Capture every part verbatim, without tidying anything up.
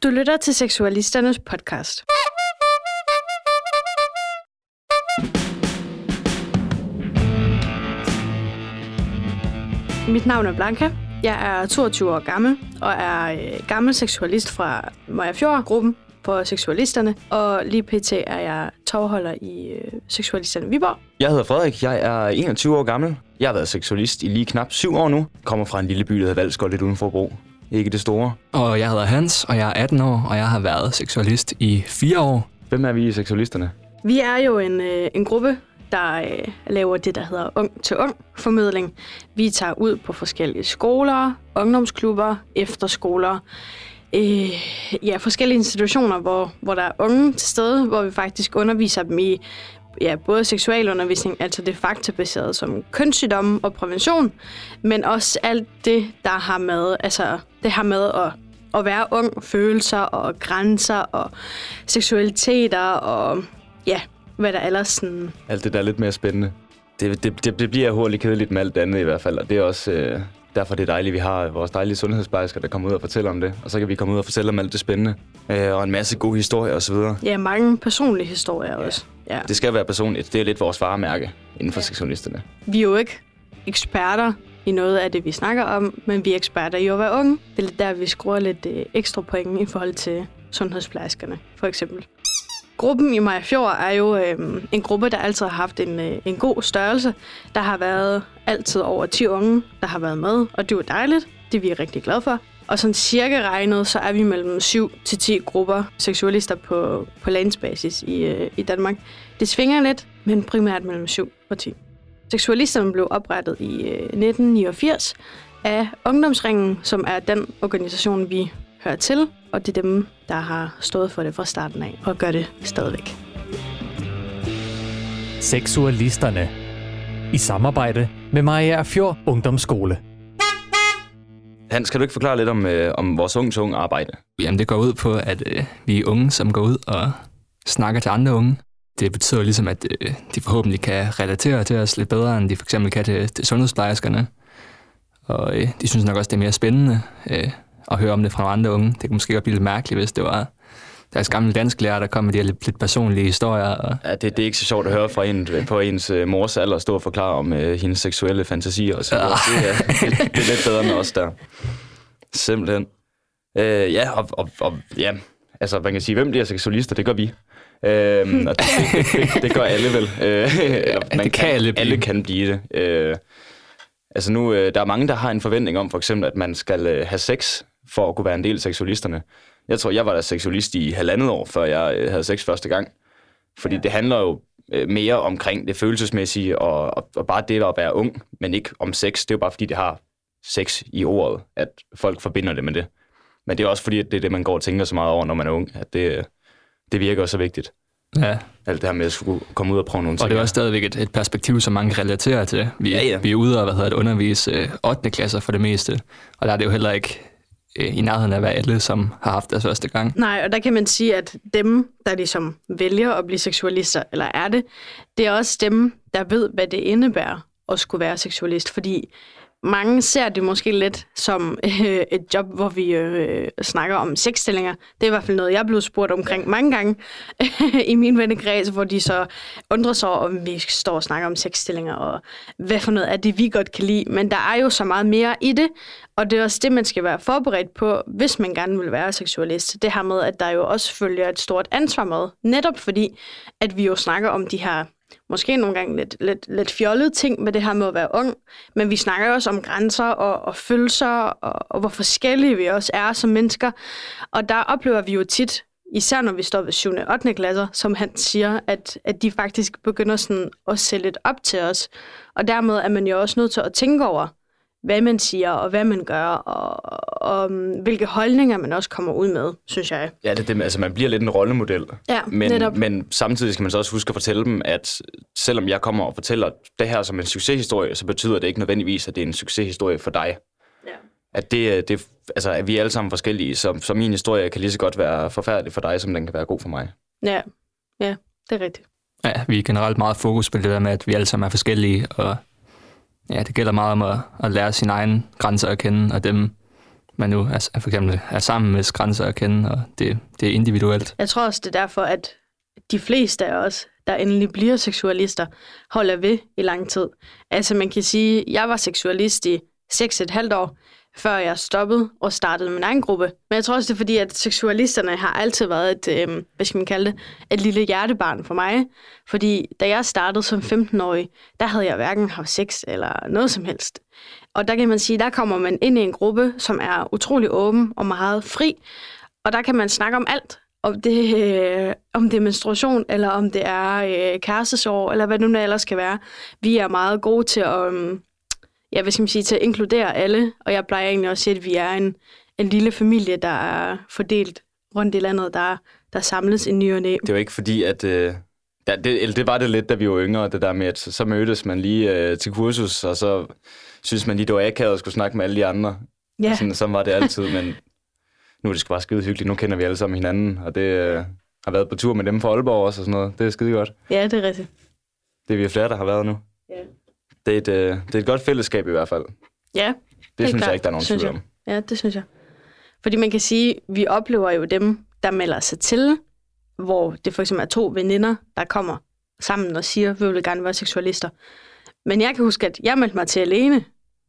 Du lytter til Seksualisternes podcast. Mit navn er Blanca. Jeg er toogtyve år gammel og er øh, gammel seksualist fra Maja Fjord-gruppen på Seksualisterne. Og lige pt. Er jeg tovholder i øh, Seksualisterne Viborg. Jeg hedder Frederik. Jeg er enogtyve år gammel. Jeg har været seksualist i lige knap syv år nu. Kommer fra en lille by, der hedder Valskov, lidt uden for Bro. Ikke det store. Og jeg hedder Hans, og jeg er atten år, og jeg har været seksualist i fire år. Hvem er vi i Seksualisterne? Vi er jo en, øh, en gruppe, der øh, laver det, der hedder ung til ung formidling. Vi tager ud på forskellige skoler, ungdomsklubber, efterskoler, øh, ja, forskellige institutioner, hvor, hvor der er unge til stede, hvor vi faktisk underviser dem i ja, både seksualundervisning, altså det faktabaseret som kønssygdomme og prævention, men også alt det, der har med, altså det har med at, at være ung, følelser og grænser og seksualiteter og ja, hvad der ellers sådan... Alt det, der er lidt mere spændende. Det, det, det, det bliver hurtigt kedeligt med alt det andet i hvert fald, og det er også øh, derfor det er dejligt, vi har vores dejlige sundhedsplejersker, der kommer ud og fortæller om det, og så kan vi komme ud og fortælle om alt det spændende, øh, og en masse gode historier osv. Ja, mange personlige historier ja. også. Ja. Det skal være personligt. Det er lidt vores varemærke inden for ja. seksualisterne. Vi er jo ikke eksperter i noget af det, vi snakker om, men vi er eksperter i at være unge. Det er lidt der, vi skruer lidt øh, ekstra point i forhold til sundhedsplejerskerne, for eksempel. Gruppen i Maja Fjord er jo øh, en gruppe, der altid har haft en, øh, en god størrelse. Der har været altid over ti unge, der har været med, og det er dejligt. Det er vi rigtig glade for. Og sådan cirka regnet, så er vi mellem syv til ti grupper seksualister på, på landsbasis i, øh, i Danmark. Det svinger lidt, men primært mellem syv og ti. Seksualisterne blev oprettet i øh, nitten niogfirs af Ungdomsringen, som er den organisation, vi hører til. Og det er dem, der har stået for det fra starten af, og gør det stadigvæk. Seksualisterne. I samarbejde med Maja Fjord Ungdomsskole. Hans, kan du ikke forklare lidt om, øh, om vores ung til ung arbejde? Jamen, det går ud på, at øh, vi er unge, som går ud og snakker til andre unge. Det betyder ligesom, at øh, de forhåbentlig kan relatere til os lidt bedre, end de for eksempel kan til, til sundhedsplejerskerne. Og øh, de synes nok også, det er mere spændende øh, at høre om det fra andre unge. Det kan måske godt blive lidt mærkeligt, hvis det var deres gamle dansklærer, der kom med de her lidt, lidt personlige historier. Og... Ja, det, det er ikke så sjovt at høre fra en, på ens uh, mors alder stå og forklare om uh, hendes seksuelle fantasier og så videre. Det, er, det, det er lidt bedre med os der. Simpelthen. Uh, ja, og, og, og ja, altså man kan sige, hvem bliver seksualister? Det gør vi. Uh, og det, det, det, det gør alle vel. Uh, eller, man det kan, kan alle blive. Alle kan blive det. Uh, altså nu, uh, der er mange, der har en forventning om for eksempel, at man skal uh, have sex for at kunne være en del af seksualisterne. Jeg tror, jeg var da seksualist i halvandet år, før jeg havde sex første gang. Fordi ja. det handler jo mere omkring det følelsesmæssige, og, og, og bare det at være ung, men ikke om sex. Det er jo bare fordi, det har sex i ordet, at folk forbinder det med det. Men det er også fordi, at det er det, man går og tænker så meget over, når man er ung, at det, det virker også så vigtigt. Ja. Alt det her med at skulle komme ud og prøve nogle ting. Og det er også stadigvæk et, et perspektiv, som mange relaterer til. Vi, ja, ja. vi er ude og hvad hedder det, undervise øh, ottende klasser for det meste, og der er det jo heller ikke i nærheden af, hvad alle, som har haft deres første gang. Nej, og der kan man sige, at dem, der ligesom vælger at blive seksualister, eller er det, det er også dem, der ved, hvad det indebærer at skulle være seksualist, fordi mange ser det måske lidt som øh, et job, hvor vi øh, snakker om sexstillinger. Det er i hvert fald noget, jeg er blevet spurgt omkring mange gange i min vennekreds, hvor de så undrer sig over, om vi står og snakker om sexstillinger, og hvad for noget af det, vi godt kan lide. Men der er jo så meget mere i det, og det er også det, man skal være forberedt på, hvis man gerne vil være seksualist. Det her med, at der jo også følger et stort ansvar med, netop fordi, at vi jo snakker om de her måske nogle gange lidt, lidt, lidt fjollede ting med det her med at være ung, men vi snakker også om grænser og, og følelser, og, og hvor forskellige vi også er som mennesker. Og der oplever vi jo tit, især når vi står ved syvende og ottende klasser, som han siger, at, at de faktisk begynder sådan at se lidt op til os. Og dermed er man jo også nødt til at tænke over, hvad man siger, og hvad man gør, og, og hvilke holdninger man også kommer ud med, synes jeg. Ja, det, det, altså man bliver lidt en rollemodel. Ja, men, netop. Men samtidig skal man så også huske at fortælle dem, at selvom jeg kommer og fortæller det her som en succeshistorie, så betyder det ikke nødvendigvis, at det er en succeshistorie for dig. Ja. At, det, det, altså, at vi er alle sammen forskellige, så, så min historie kan lige så godt være forfærdelig for dig, som den kan være god for mig. Ja, ja, det er rigtigt. Ja, vi er generelt meget fokus på det der med, at vi alle sammen er forskellige, og ja, det gælder meget om at, at lære sine egne grænser at kende, og dem man nu er, for eksempel er sammen med grænser at kende, og det, det er individuelt. Jeg tror også, det er derfor, at de fleste af os, der endelig bliver seksualister, holder ved i lang tid. Altså man kan sige, at jeg var seksualist i seks og et halvt år, før jeg stoppede og startede min egen gruppe. Men jeg tror også, det er fordi, at seksualisterne har altid været et, øh, hvad skal man kalde det, et lille hjertebarn for mig. Fordi da jeg startede som femten-årig, der havde jeg hverken haft sex eller noget som helst. Og der kan man sige, der kommer man ind i en gruppe, som er utrolig åben og meget fri. Og der kan man snakke om alt. Om det, øh, om det er menstruation, eller om det er øh, kærestesorg, eller hvad det nu ellers skal være. Vi er meget gode til at... Øh, Ja, hvad skal man sige, til at inkludere alle, og jeg plejer egentlig også at sige, at vi er en, en lille familie, der er fordelt rundt i landet, der, der samles i ny og næ. Det er jo ikke fordi, at... Øh, ja, det, eller det var det lidt, da vi var yngre, det der med, at så mødtes man lige øh, til kursus, og så synes man lige, det var akavet at skulle snakke med alle de andre. Ja. Sådan, sådan var det altid, men nu er det sgu bare skide hyggeligt. Nu kender vi alle sammen hinanden, og det øh, har været på tur med dem fra Aalborg også og sådan noget. Det er skide godt. Ja, det er rigtigt. Det er vi flere, der har været nu. Ja. Det er, et, øh, det er et godt fællesskab i hvert fald. Ja, det synes klart, jeg ikke, der er nogen tvivl om. Ja, det synes jeg. Fordi man kan sige, vi oplever jo dem, der melder sig til, hvor det for eksempel er to veninder, der kommer sammen og siger, vi vil gerne være seksualister. Men jeg kan huske, at jeg meldte mig til alene.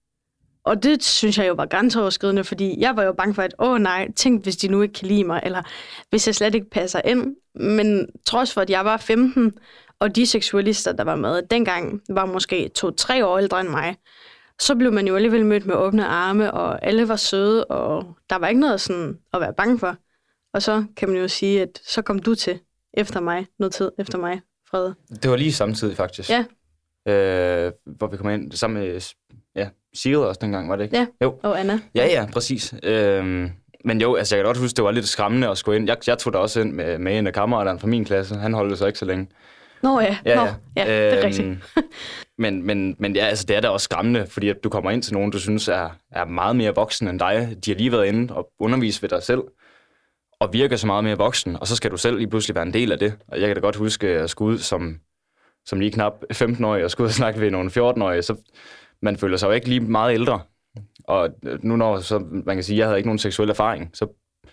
Og det synes jeg jo var grænseoverskridende, fordi jeg var jo bange for, at åh nej, tænk hvis de nu ikke kan lide mig, eller hvis jeg slet ikke passer ind. Men trods for, at jeg var femten, og de seksualister, der var med dengang, var måske to-tre år ældre end mig, så blev man jo alligevel mødt med åbne arme, og alle var søde, og der var ikke noget sådan at være bange for. Og så kan man jo sige, at så kom du til efter mig, noget tid efter mig, Frede. Det var lige samtidig faktisk. Ja. Øh, hvor vi kom ind sammen med ja, Sigrid også dengang, var det ikke? Ja, jo. Og Anna. Ja, ja, præcis. Øh, men jo, altså jeg kan godt huske, det var lidt skræmmende at skulle ind. Jeg, jeg tog da også ind med, med en af kammeraterne fra min klasse. Han holdt det så ikke så længe. Nå ja, ja, Nå, ja. ja det er øhm, rigtigt. men, men, men ja, altså, det er da også skræmmende, fordi at du kommer ind til nogen, du synes er, er meget mere voksen end dig. De har lige været inde og undervist ved dig selv, og virker så meget mere voksen, og så skal du selv lige pludselig være en del af det. Og jeg kan da godt huske at skulle ud som, som lige knap femten-årig, og skulle ud og snakke ved nogle fjorten-årige, så man føler sig jo ikke lige meget ældre. Og nu når så, man kan sige, at jeg havde ikke nogen seksuel erfaring, så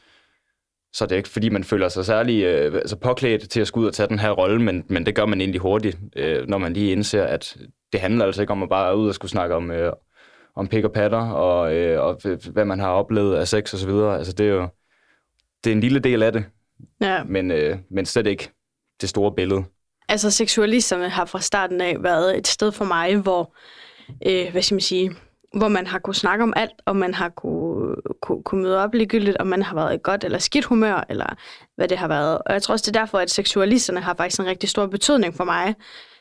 Så er det ikke, fordi man føler sig særlig øh, altså påklædt til at skulle ud og tage den her rolle, men, men det gør man egentlig hurtigt, øh, når man lige indser, at det handler altså ikke om at bare ud og skulle snakke om, øh, om pik og patter, og, øh, og hvad man har oplevet af sex og så videre. Altså det er jo det er en lille del af det, Ja. men, øh, men slet ikke det store billede. Altså seksualisterne har fra starten af været et sted for mig, hvor, øh, hvad skal man sige, hvor man har kunne snakke om alt, og man har kunne, kunne, kunne møde op ligegyldigt, om man har været i godt eller skidt humør, eller hvad det har været. Og jeg tror også, det er derfor, at seksualisterne har faktisk en rigtig stor betydning for mig.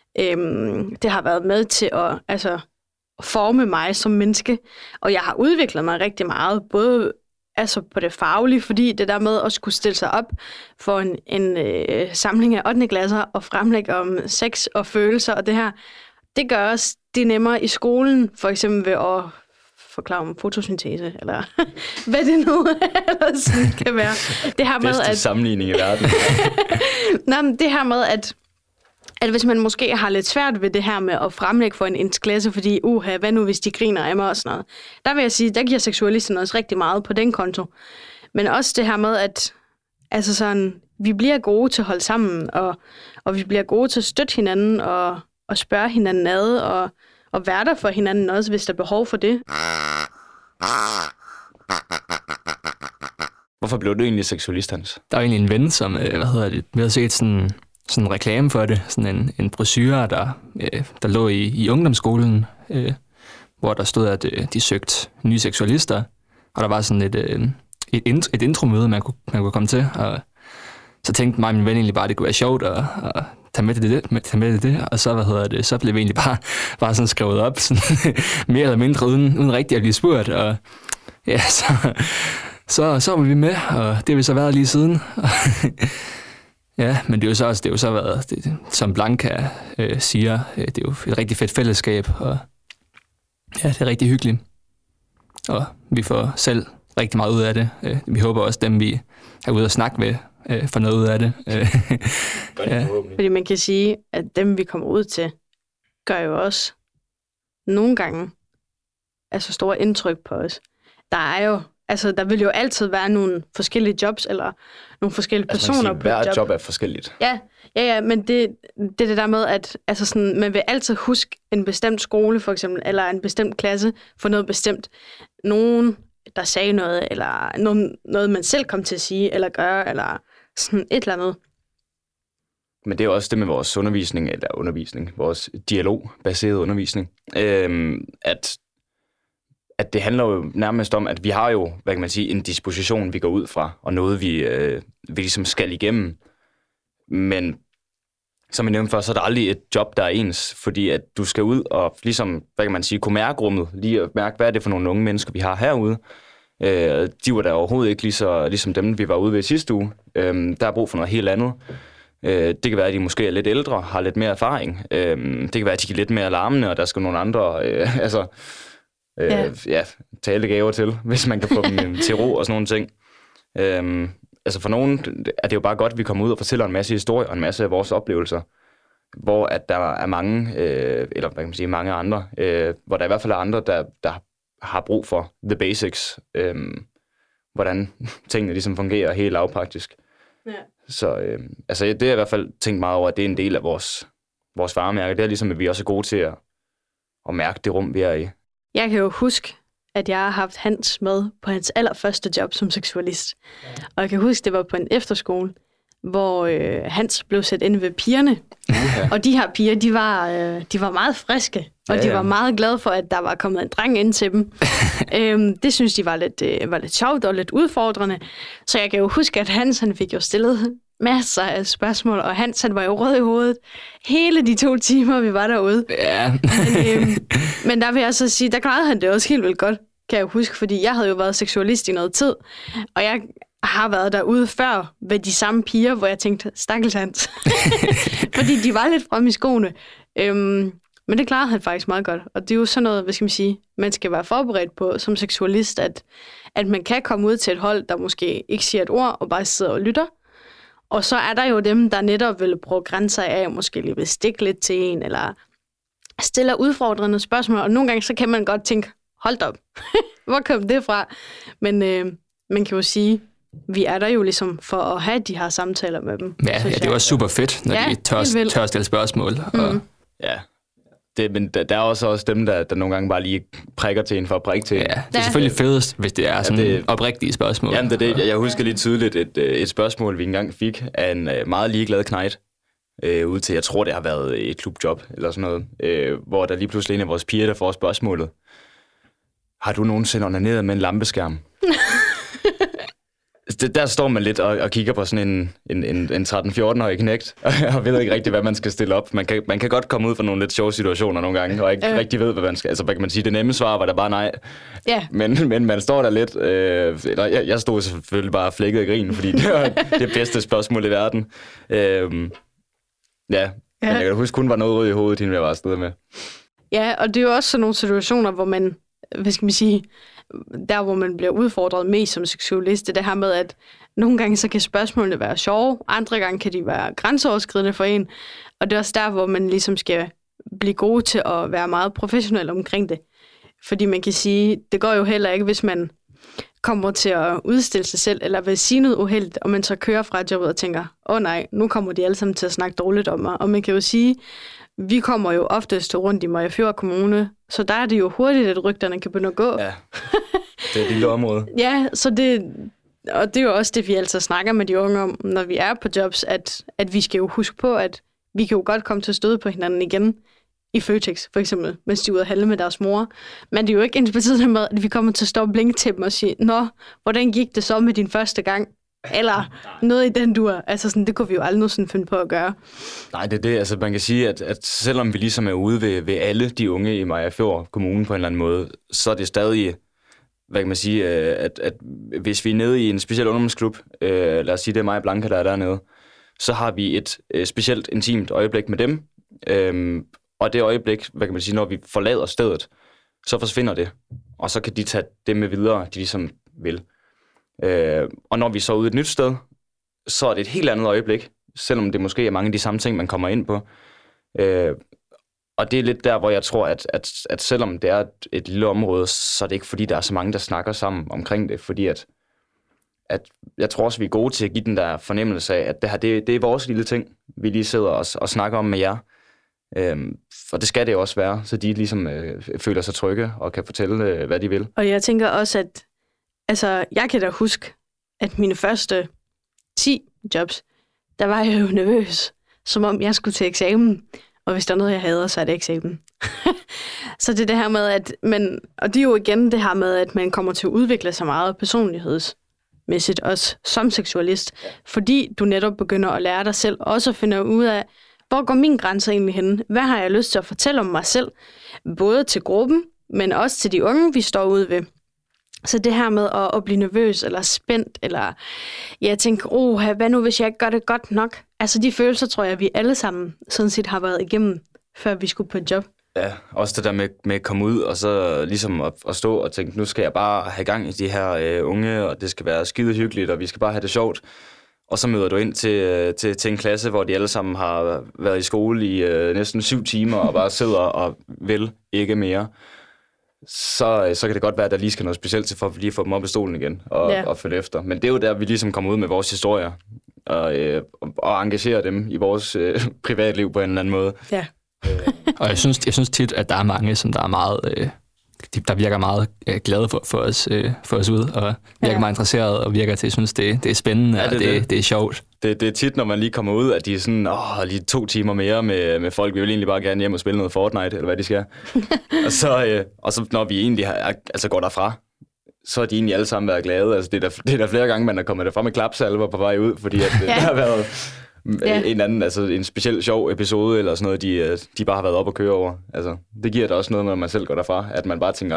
Øhm, det har været med til at altså, forme mig som menneske, og jeg har udviklet mig rigtig meget, både altså på det faglige, fordi det der med at skulle stille sig op for en, en øh, samling af ottende klasser og fremlægge om sex og følelser og det her, det gør også det nemmere i skolen, for eksempel ved at forklare om fotosyntese, eller hvad det nu ellers kan være. Det her med, Bedste at sammenligning i verden. Nå, men det her med, at, at hvis man måske har lidt svært ved det her med at fremlægge for en ens klasse, fordi, uha, hvad nu hvis de griner af mig og sådan noget. Der vil jeg sige, der giver seksualisterne også rigtig meget på den konto. Men også det her med, at altså sådan, vi bliver gode til at holde sammen, og, og vi bliver gode til at støtte hinanden, og, og spørge hinanden ad, og, og være der for hinanden også, hvis der er behov for det. Hvorfor blev du egentlig seksualist, Hans? Der var egentlig en ven, som, øh, hvad hedder det, vi havde set sådan, sådan en reklame for det, sådan en, en brochure, der, øh, der lå i, i ungdomsskolen, øh, hvor der stod, at øh, de søgte nye seksualister, og der var sådan et, øh, et, int- et intromøde, man kunne, man kunne komme til, og så tænkte mig og min ven egentlig bare, at det kunne være sjovt at, at tage med til det, med, tage med til det, og så, hvad hedder det, så blev vi egentlig bare, bare sådan skrevet op, sådan, mere eller mindre uden, uden rigtig at blive spurgt, og ja, så... Så, så var vi med, og det har vi så været lige siden. Ja, men det er jo så også, det er jo så været, det, som Blanca øh, siger, øh, det er jo et rigtig fedt fællesskab, og ja, det er rigtig hyggeligt. Og vi får selv rigtig meget ud af det. Øh, vi håber også, dem vi er ude og snakke med, øh, får noget ud af det. Øh, ja. Fordi man kan sige, at dem vi kommer ud til, gør jo også nogle gange altså store indtryk på os. Der er jo Altså, der vil jo altid være nogle forskellige jobs, eller nogle forskellige altså, personer sige, på hver et job. job er forskelligt. Ja, ja, ja, men det, det er det der med, at altså sådan, man vil altid huske en bestemt skole, for eksempel, eller en bestemt klasse, for noget bestemt. Nogen, der sagde noget, eller noget, noget man selv kom til at sige, eller gøre, eller sådan et eller andet. Men det er også det med vores undervisning, eller undervisning, vores dialogbaserede undervisning, øhm, at, at det handler jo nærmest om, at vi har jo, hvad kan man sige, en disposition, vi går ud fra, og noget, vi, øh, vi ligesom skal igennem. Men som jeg nævnte før, så er der aldrig et job, der er ens, fordi at du skal ud og ligesom, hvad kan man sige, kunne mærke rummet, lige at mærke, hvad er det for nogle unge mennesker, vi har herude. Øh, de var der overhovedet ikke lige så, ligesom dem, vi var ude ved sidste uge. Øh, der er brug for noget helt andet. Det kan være, at de måske er lidt ældre, har lidt mere erfaring. Det kan være, at de er lidt mere larmende, og der skal nogle andre øh, altså, øh, ja. Ja, talegaver til, hvis man kan få dem til ro og sådan nogle ting. Øhm, altså for nogen er det jo bare godt, at vi kommer ud og fortæller en masse historier og en masse af vores oplevelser, hvor at der er mange, øh, eller hvad kan man sige, mange andre, øh, hvor der i hvert fald er andre, der, der har brug for the basics. Øh, hvordan tingene ligesom fungerer helt lavpraktisk. Ja. Så øh, altså, det er i hvert fald tænkt meget over, at det er en del af vores, vores varemærke. Det er ligesom, at vi også er gode til at, at mærke det rum, vi er i. Jeg kan jo huske, at jeg har haft Hans med på hans allerførste job som seksualist. Ja. Og jeg kan huske, det var på en efterskole, hvor øh, Hans blev sat inde ved pigerne. Uh-huh. Og de her piger, de var, øh, de var meget friske, og ja, ja. de var meget glade for, at der var kommet en dreng ind til dem. øhm, det synes de var lidt, øh, var lidt sjovt og lidt udfordrende. Så jeg kan jo huske, at Hans han fik jo stillet masser af spørgsmål, og Hans han var jo rød i hovedet hele de to timer, vi var derude. Ja. men, øhm, men der vil jeg så sige, der klarede han det også helt vildt godt, kan jeg huske, fordi jeg havde jo været seksualist i noget tid, og jeg har været derude før ved de samme piger, hvor jeg tænkte, stakkels Hans. Fordi de var lidt fremme i skoene. Øhm, men det klarede han faktisk meget godt. Og det er jo sådan noget, hvad skal man sige, man skal være forberedt på som seksualist, at, at man kan komme ud til et hold, der måske ikke siger et ord, og bare sidder og lytter. Og så er der jo dem, der netop vil bruge grænser af, måske lige vil stikke lidt til en, eller stiller udfordrende spørgsmål. Og nogle gange, så kan man godt tænke, hold op, hvor kom det fra? Men øh, man kan jo sige, vi er der jo ligesom for at have de her samtaler med dem. Ja, ja det var super fedt, når ja, de tør, tør stille spørgsmål. Mm. Og... Ja, det, men der, der er også, også dem, der, der nogle gange bare lige prikker til en for at prikke til en. Ja, det er selvfølgelig fedest, hvis det er sådan ja, det, oprigtige spørgsmål. Jamen, det er det. Jeg husker lige tydeligt et, et spørgsmål, vi engang fik af en meget ligeglad knejt, øh, ud til, jeg tror, det har været et klubjob, eller sådan noget, øh, hvor der lige pludselig en af vores piger, der får spørgsmålet, har du nogensinde onaneret med en lampeskærm? Der står man lidt og, og kigger på sådan en, en, en, en tretten-fjorten-årig knægt, og ved ikke rigtig, hvad man skal stille op. Man kan, man kan godt komme ud for nogle lidt sjove situationer nogle gange, og ikke øh. rigtig ved, hvad man skal. Altså, hvad kan man sige? Det nemme svar var der bare nej. Yeah. Men, men man står der lidt, øh, eller jeg, jeg stod selvfølgelig bare flækket af grin, fordi det var det bedste spørgsmål i verden. Øh, ja, ja, men jeg kan huske, kun var noget rød i hovedet, hende jeg var afsted med. Ja, og det er jo også sådan nogle situationer, hvor man, hvad skal man sige, der hvor man bliver udfordret mest som seksualist, det her med, at nogle gange så kan spørgsmålene være sjove, andre gange kan de være grænseoverskridende for en, og det er også der, hvor man ligesom skal blive god til at være meget professionel omkring det. Fordi man kan sige, det går jo heller ikke, hvis man kommer til at udstille sig selv, eller vil sige noget uheldigt, og man så kører fra jobbet og tænker, åh oh, nej, nu kommer de alle sammen til at snakke dårligt om mig. Og man kan jo sige, vi kommer jo oftest rundt i Mariager Fjord Kommune, så der er det jo hurtigt, at rygterne kan begynde at gå. Ja, det er et lille område. Ja, så det, og det er jo også det, vi altid snakker med de unge om, når vi er på jobs, at, at vi skal jo huske på, at vi kan jo godt komme til at støde på hinanden igen i Føtex, for eksempel, mens de er ude at handle med deres mor. Men det er jo ikke ensbetydende med, at vi kommer til at stå og blinke til dem og sige, nå, hvordan gik det så med din første gang? Eller noget i den dur. Altså sådan, det kunne vi jo aldrig sådan finde på at gøre. Nej, det er det. Altså man kan sige, at, at selvom vi ligesom er ude ved, ved alle de unge i Mariager Fjord Kommune på en eller anden måde, så er det stadig, hvad kan man sige, at, at hvis vi er nede i en speciel ungdomsklub, øh, lad os sige, det er mig og Blanca, der er dernede, så har vi et øh, specielt intimt øjeblik med dem. Øh, og det øjeblik, hvad kan man sige, når vi forlader stedet, så forsvinder det. Og så kan de tage det med videre, de ligesom vil. Øh, og når vi så er ude et nyt sted, så er det et helt andet øjeblik, selvom det måske er mange af de samme ting, man kommer ind på. Øh, Og det er lidt der, hvor jeg tror, at, at, at selvom det er et, et lille område, så er det ikke fordi, der er så mange, der snakker sammen omkring det. Fordi at, at jeg tror også, vi er gode til at give den der fornemmelse af, at det her, det, det er vores lille ting, vi lige sidder og, og snakker om med jer. Øhm, for det skal det også være, så de ligesom øh, føler sig trygge og kan fortælle, øh, hvad de vil. Og jeg tænker også, at altså, jeg kan da huske, at mine første ti jobs, der var jeg jo nervøs, som om jeg skulle til eksamen. Og hvis der er noget, jeg hader, så er det eksamen. Så det er det her med, at man, og det er jo igen det her med, at man kommer til at udvikle sig meget personlighedsmæssigt, også som seksualist, fordi du netop begynder at lære dig selv, også at finde ud af, hvor går min grænse egentlig henne? Hvad har jeg lyst til at fortælle om mig selv? Både til gruppen, men også til de unge, vi står ude ved. Så det her med at, at blive nervøs eller spændt, eller jeg tænker, oh, hvad nu hvis jeg ikke gør det godt nok? Altså de følelser, tror jeg, vi alle sammen sådan set har været igennem, før vi skulle på et job. Ja, også det der med, med at komme ud, og så ligesom at, at stå og tænke, nu skal jeg bare have gang i de her øh, unge, og det skal være skide hyggeligt, og vi skal bare have det sjovt. Og så møder du ind til, til, til en klasse, hvor de alle sammen har været i skole i øh, næsten syv timer, og bare sidder og vil ikke mere. Så, så kan det godt være, at der lige skal noget specielt til, for at lige få dem op i stolen igen og, ja. og følge efter. Men det er jo der, vi ligesom kommer ud med vores historier og, øh, og engagerer dem i vores øh, privatliv på en eller anden måde. Ja. Og jeg synes, jeg synes tit, at der er mange, som der er meget, øh, der virker meget øh, glade for, for, os, øh, for os ud, og virker ja. meget interesseret, og virker til, at synes, det, det er spændende, ja, det, og det, det. det er sjovt. Det, det er tit, når man lige kommer ud, at de er sådan, åh, lige to timer mere med, med folk, vi vil egentlig bare gerne hjem og spille noget Fortnite, eller hvad de skal. og, så, øh, og så når vi egentlig har, altså går derfra, så har de egentlig alle sammen været glade. Altså, det, er der, det er der flere gange, man er kommet derfra med klapsalver på vej ud, fordi at, ja. det har været ja. en anden, altså en speciel sjov episode, eller sådan noget, de, de bare har været op og køre over. Altså, det giver da også noget, når man selv går derfra, at man bare tænker,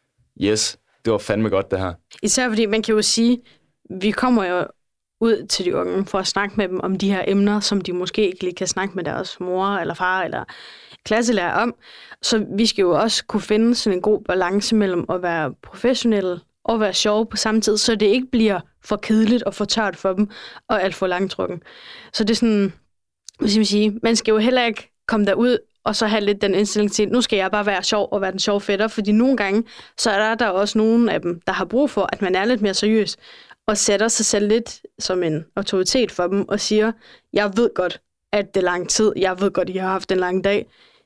yes, det var fandme godt det her. Især fordi man kan jo sige, vi kommer jo ud til de unge for at snakke med dem om de her emner, som de måske ikke lige kan snakke med deres mor eller far eller klasselærer om. Så vi skal jo også kunne finde sådan en god balance mellem at være professionelle og være sjove på samme tid, så det ikke bliver for kedeligt og for tørt for dem og alt for langtrukken. Så det er sådan, hvad skal man sige, man skal jo heller ikke komme derud og så have lidt den indstilling til, nu skal jeg bare være sjov og være den sjove fætter, fordi nogle gange, så er der, der også nogle af dem, der har brug for, at man er lidt mere seriøs og sætter sig selv lidt som en autoritet for dem og siger, jeg ved godt, at det er lang tid, jeg ved godt, at I har haft en lang dag,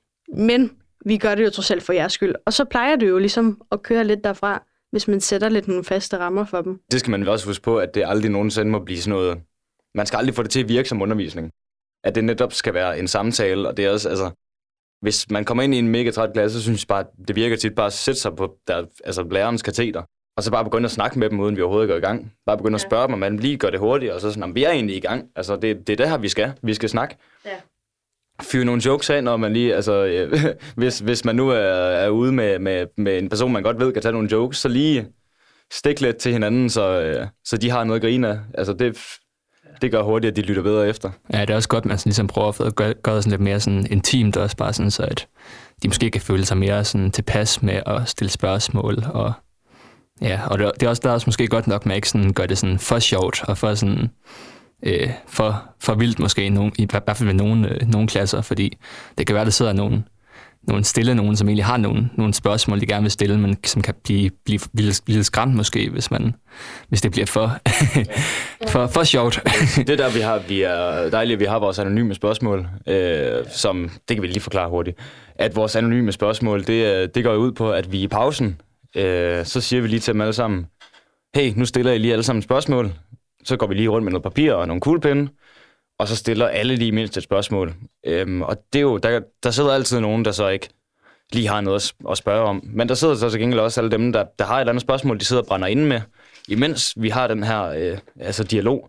men vi gør det jo trods alt for jeres skyld. Og så plejer det jo ligesom at køre lidt derfra, hvis man sætter lidt nogle faste rammer for dem. Det skal man også huske på, at det aldrig nogensinde må blive sådan noget. Man skal aldrig få det til at virke som undervisning. At det netop skal være en samtale, og det er også, altså, hvis man kommer ind i en mega træt klasse, så synes jeg bare, det virker tit bare at sætte sig på der, altså lærerens kateter, og så bare begynde at snakke med dem, uden vi overhovedet går i gang. Bare begynde ja. at spørge dem, om man lige gør det hurtigt, og så sådan, vi er egentlig i gang. Altså, det, det er det her, vi skal. Vi skal snakke. Ja. Fyre nogle jokes af, når man lige, altså, øh, hvis, hvis man nu er, er ude med, med, med en person, man godt ved, kan tage nogle jokes, så lige stik lidt til hinanden, så, øh, så de har noget at grine af. Altså, det, det gør hurtigt, at de lytter bedre efter. Ja, det er også godt, at man sådan ligesom prøver at gøre, gøre det sådan lidt mere sådan intimt også, bare sådan, så at de måske kan føle sig mere sådan tilpas med at stille spørgsmål. Og, ja, og det, det er også, der er også måske godt nok, at man ikke sådan gør det sådan for sjovt og for sådan... Øh, for, for vildt måske, nogen, i hvert fald ved nogle, øh, nogle klasser, fordi det kan være, der sidder nogen, nogen stille, nogen, som egentlig har nogle, nogle spørgsmål, de gerne vil stille, men som kan blive, blive, blive, blive skræmt måske, hvis, man, hvis det bliver for, for, for sjovt. Det der, vi har, vi er dejligt, at vi har vores anonyme spørgsmål, øh, som, det kan vi lige forklare hurtigt, at vores anonyme spørgsmål, det, det går ud på, at vi i pausen, øh, så siger vi lige til dem alle sammen, hey, nu stiller I lige alle sammen spørgsmål. Så går vi lige rundt med noget papir og nogle kuglepinde, og så stiller alle lige mindst et spørgsmål. Øhm, og det er jo, der, der sidder altid nogen, der så ikke lige har noget at spørge om. Men der sidder så til gengæld også alle dem, der, der har et eller andet spørgsmål, de sidder og brænder inde med, imens vi har den her øh, altså dialog,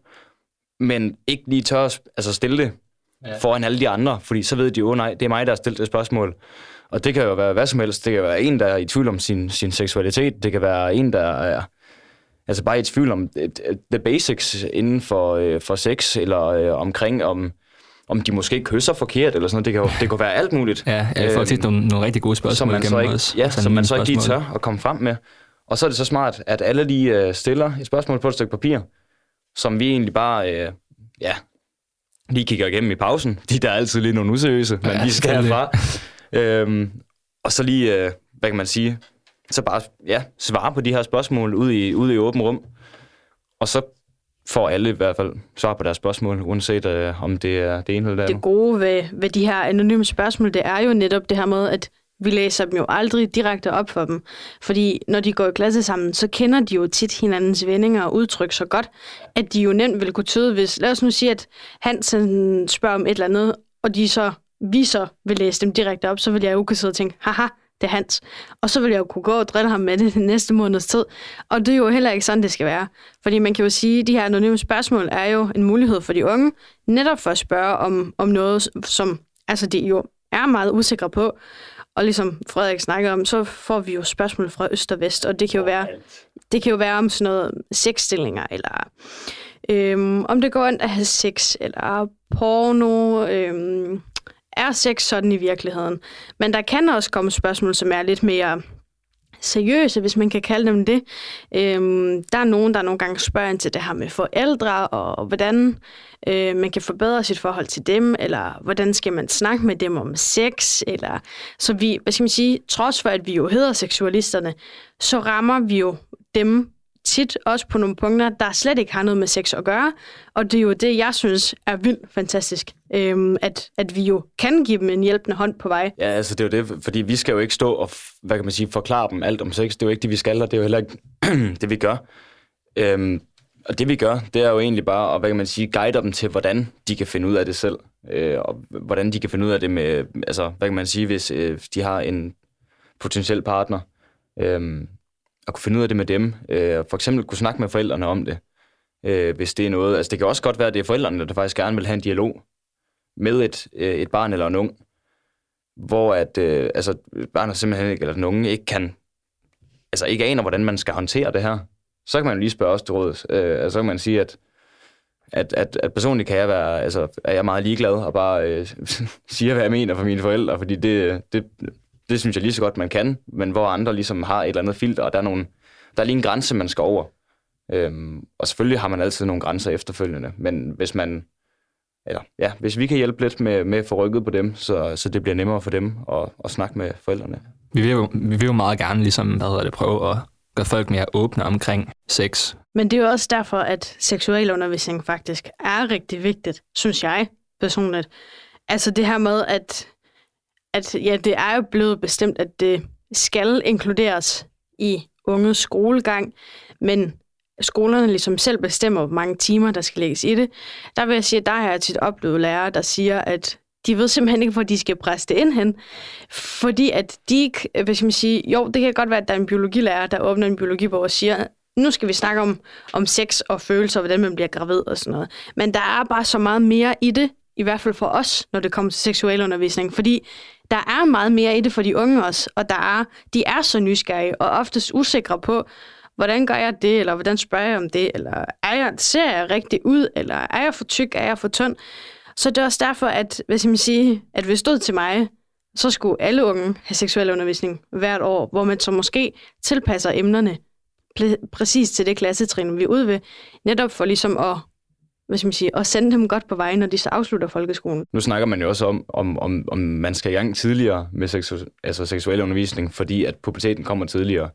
men ikke lige tør altså stille det ja. foran alle de andre, fordi så ved de jo, oh, nej, det er mig, der har stillet det spørgsmål. Og det kan jo være hvad som helst. Det kan være en, der er i tvivl om sin, sin seksualitet. Det kan være en, der er... Altså bare i tvivl om the basics inden for, øh, for sex, eller øh, omkring, om, om de måske kysser forkert, eller sådan noget. Det kan jo det kan være alt muligt. Ja, jeg får tit nogle, nogle rigtig gode spørgsmål. Som man så ikke, ja, som man så ikke lige tør at komme frem med. Og så er det så smart, at alle lige øh, stiller et spørgsmål på et stykke papir, som vi egentlig bare, øh, ja, lige kigger igennem i pausen. De der er altid lige nogle useriøse, men ja, vi skal herfra. øhm, og så lige, øh, hvad kan man sige, så bare ja, svare på de her spørgsmål ude i, ude i åben rum. Og så får alle i hvert fald svar på deres spørgsmål, uanset øh, om det er det ene eller det andet. Det gode ved, ved de her anonyme spørgsmål, det er jo netop det her med, at vi læser dem jo aldrig direkte op for dem. Fordi når de går i klasse sammen, så kender de jo tit hinandens vendinger og udtryk så godt, at de jo nemt vil kunne tyde, hvis, lad os nu sige, at Hansen spørger om et eller andet, og de så, vi så vil læse dem direkte op, så vil jeg jo kunne sidde og tænke, haha, det er Hans. Og så vil jeg jo kunne gå og drille ham med det næste måneds tid. Og det er jo heller ikke sådan, det skal være. Fordi man kan jo sige, at de her anonyme spørgsmål er jo en mulighed for de unge, netop for at spørge om, om noget, som altså de jo er meget usikre på. Og ligesom Frederik snakkede om, så får vi jo spørgsmål fra øst og vest, og det kan jo være, det kan jo være om sådan noget sexstillinger, eller øhm, om det går an at have sex, eller porno, øhm, er sex sådan i virkeligheden. Men der kan også komme spørgsmål, som er lidt mere seriøse, hvis man kan kalde dem det. Øhm, der er nogen, der nogle gange spørger ind til det her med forældre, og hvordan øh, man kan forbedre sit forhold til dem, eller hvordan skal man snakke med dem om sex, eller så vi, hvad skal man sige, trods for at vi jo hedder seksualisterne, så rammer vi jo dem tit også på nogle punkter, der slet ikke har noget med sex at gøre, og det er jo det, jeg synes er vildt fantastisk, øhm, at, at vi jo kan give dem en hjælpende hånd på vej. Ja, altså det er jo det, fordi vi skal jo ikke stå og, hvad kan man sige, forklare dem alt om sex, det er jo ikke det, vi skal, og det er jo heller ikke det, vi gør. Øhm, og det, vi gør, det er jo egentlig bare at, hvad kan man sige, guide dem til, hvordan de kan finde ud af det selv, øh, og hvordan de kan finde ud af det med, altså, hvad kan man sige, hvis øh, de har en potentiel partner, øh, at kunne finde ud af det med dem. Øh, for eksempel kunne snakke med forældrene om det, øh, hvis det er noget. Altså det kan også godt være, at det er forældrene, der faktisk gerne vil have en dialog med et, øh, et barn eller en ung, hvor at, øh, altså, barnet simpelthen ikke, eller den unge ikke kan, altså ikke aner, hvordan man skal håndtere det her. Så kan man jo lige spørge os til råd. Øh, altså så kan man sige, at, at, at, at personligt kan jeg være, altså er jeg meget ligeglad og bare øh, siger, hvad jeg mener for mine forældre, fordi det, det Det synes jeg lige så godt, man kan, men hvor andre ligesom har et eller andet filter, og der er, nogle, der er lige en grænse, man skal over. Øhm, og selvfølgelig har man altid nogle grænser efterfølgende, men hvis man, eller ja, hvis vi kan hjælpe lidt med, med at få rykket på dem, så, så det bliver nemmere for dem at, at snakke med forældrene. Vi vil jo, vi vil jo meget gerne ligesom, hvad hedder det, prøve at gøre folk mere åbne omkring sex. Men det er jo også derfor, at seksualundervisning faktisk er rigtig vigtigt, synes jeg personligt. Altså det her med, at at ja, det er jo blevet bestemt, at det skal inkluderes i unges skolegang, men skolerne ligesom selv bestemmer, hvor mange timer, der skal lægges i det. Der vil jeg sige, at der har jeg tit oplevet lærere, der siger, at de ved simpelthen ikke, hvor de skal presse det ind hen, fordi at de ikke, hvad skal man sige, jo, det kan godt være, at der er en biologilærer, der åbner en biologibog og siger, nu skal vi snakke om, om sex og følelser, og hvordan man bliver gravid og sådan noget. Men der er bare så meget mere i det, i hvert fald for os, når det kommer til seksualundervisning, fordi der er meget mere i det for de unge også, og der er, de er så nysgerrige og oftest usikre på, hvordan gør jeg det, eller hvordan spørger jeg om det, eller er jeg, ser jeg rigtig ud, eller er jeg for tyk, er jeg for tynd? Så det er også derfor, at hvis jeg sige, at hvis det stod til mig, så skulle alle unge have seksualundervisning hvert år, hvor man så måske tilpasser emnerne pl- præcis til det klassetrin, vi er ude ved, netop for ligesom at hvad skal man sige, og sende dem godt på vej, når de så afslutter folkeskolen. Nu snakker man jo også om, om, om, om man skal i gang tidligere med seksu- altså seksuel undervisning, fordi at puberteten kommer tidligere.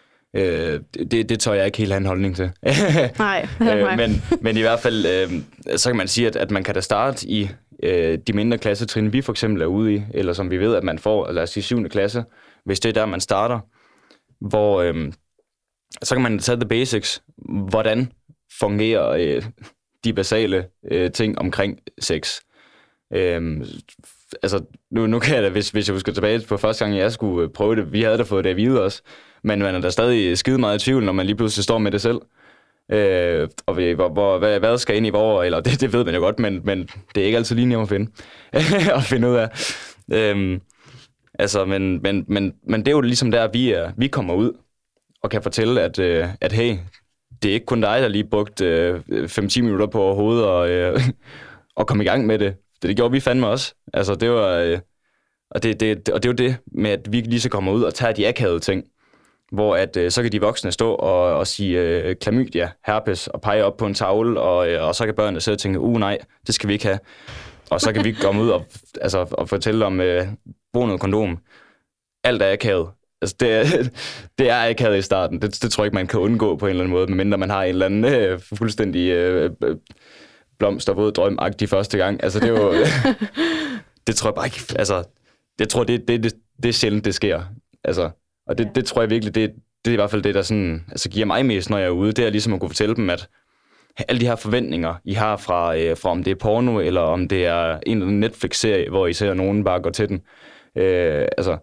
Øh, det, det tør jeg ikke helt have en holdning til. Nej, øh, men, men i hvert fald, øh, så kan man sige, at, at man kan da starte i øh, de mindre klassetrin, vi for eksempel er ude i, eller som vi ved, at man får, lad os sige syvende klasse, hvis det er der, man starter, hvor øh, så kan man tage the basics. Hvordan fungerer øh, de basale øh, ting omkring sex. Øhm, altså, nu, nu kan jeg da, hvis, hvis jeg husker tilbage på første gang, jeg skulle prøve det, vi havde da fået det at vide også, men man er da stadig skide meget i tvivl, når man lige pludselig står med det selv. Øh, og ved, hvor, hvor, hvad, hvad skal ind i hvor, eller det, det ved man jo godt, men, men det er ikke altid lige nemt at finde, at finde ud af. Øhm, altså, men, men, men, men det er jo ligesom der, vi, er, vi kommer ud og kan fortælle, at, øh, at hey, det er ikke kun dig, der lige brugt øh, fem til ti minutter på hovedet og, øh, og komme i gang med det. Det, det gjorde vi fandme også. Altså, det var, øh, og, det, det, og det er jo det med, at vi lige så kommer ud og tager de akavede ting, hvor at, øh, så kan de voksne stå og, og sige øh, klamydia, herpes og pege op på en tavle, og, øh, og så kan børnene sidde og tænke, uh nej, det skal vi ikke have. Og så kan vi komme ud og, altså, og fortælle om, øh, brug noget kondom. Alt er akavet. Altså, det er, det er akavet i starten. Det, det tror jeg ikke, man kan undgå på en eller anden måde, medmindre man har en eller anden øh, fuldstændig øh, blomst og våd drøm-agtig første gang. Altså, det er jo... det tror jeg bare ikke... Altså, jeg tror, det, det, det, det er sjældent, det sker. Altså, og det, ja. det tror jeg virkelig, det, det er i hvert fald det, der sådan, altså, giver mig mest, når jeg er ude. Det er ligesom at kunne fortælle dem, at alle de her forventninger, I har fra, øh, fra om det er porno, eller om det er en eller anden Netflix-serie, hvor I ser nogen bare går til den. Øh, altså,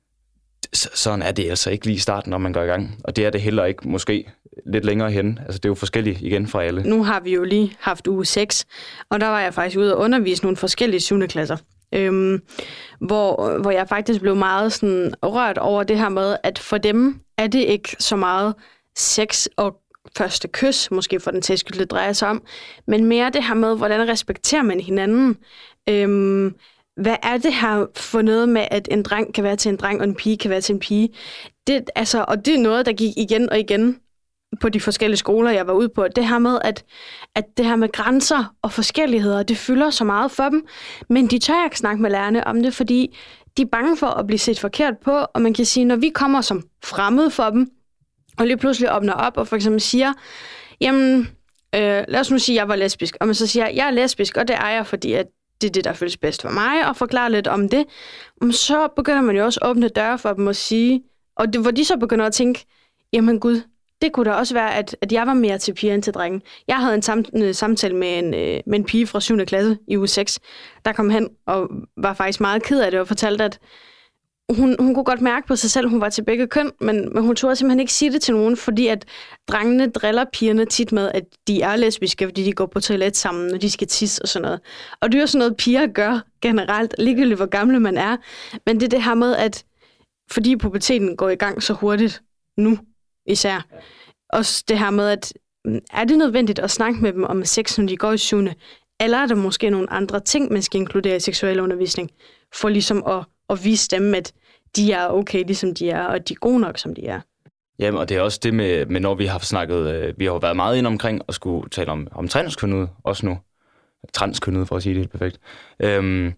sådan er det altså ikke lige i starten, når man går i gang. Og det er det heller ikke måske lidt længere hen. Altså, det er jo forskelligt igen fra alle. Nu har vi jo lige haft uge seks, og der var jeg faktisk ude og undervise nogle forskellige syvende klasser. Øhm, hvor, hvor jeg faktisk blev meget sådan rørt over det her med, at for dem er det ikke så meget sex og første kys, måske for den tilskyld, det drejer sig om, men mere det her med, hvordan respekterer man hinanden. Øhm, hvad er det her for noget med, at en dreng kan være til en dreng, og en pige kan være til en pige? Det, altså, og det er noget, der gik igen og igen på de forskellige skoler, jeg var ude på. Det her med, at, at det her med grænser og forskelligheder, det fylder så meget for dem, men de tør ikke snakke med lærerne om det, fordi de er bange for at blive set forkert på, og man kan sige, når vi kommer som fremmede for dem, og lige pludselig åbner op og for eksempel siger, jamen, øh, lad os nu sige, at jeg var lesbisk, og man så siger, jeg er lesbisk, og det er jeg, fordi at det er det, der føles bedst for mig, og forklare lidt om det, så begynder man jo også at åbne døre for dem og sige, og det, hvor de så begynder at tænke, jamen gud, det kunne da også være, at, at jeg var mere til piger end til drenge. Jeg havde en sam- samtale med en, øh, med en pige fra syvende klasse i uge seks, der kom hen og var faktisk meget ked af det og fortalte, at hun, hun kunne godt mærke på sig selv, hun var til begge køn, men, men hun turde simpelthen ikke sige det til nogen, fordi at drengene driller pigerne tit med, at de er lesbiske, fordi de går på toilet sammen, når de skal tisse og sådan noget. Og det er jo sådan noget, piger gør generelt, ligegyldigt hvor gamle man er. Men det er det her med, at fordi puberteten går i gang så hurtigt nu, især. Også det her med, at er det nødvendigt at snakke med dem om sex, når de går i syvende? Eller er der måske nogle andre ting, man skal inkludere i seksuel undervisning, for ligesom at, at vise dem, at de er okay, ligesom de er, og de er gode nok, som de er? Jamen, og det er også det med, med når vi har snakket, øh, vi har jo været meget inde omkring at skulle tale om, om transkønnet også nu. Transkønnet, for at sige det helt perfekt. Øhm,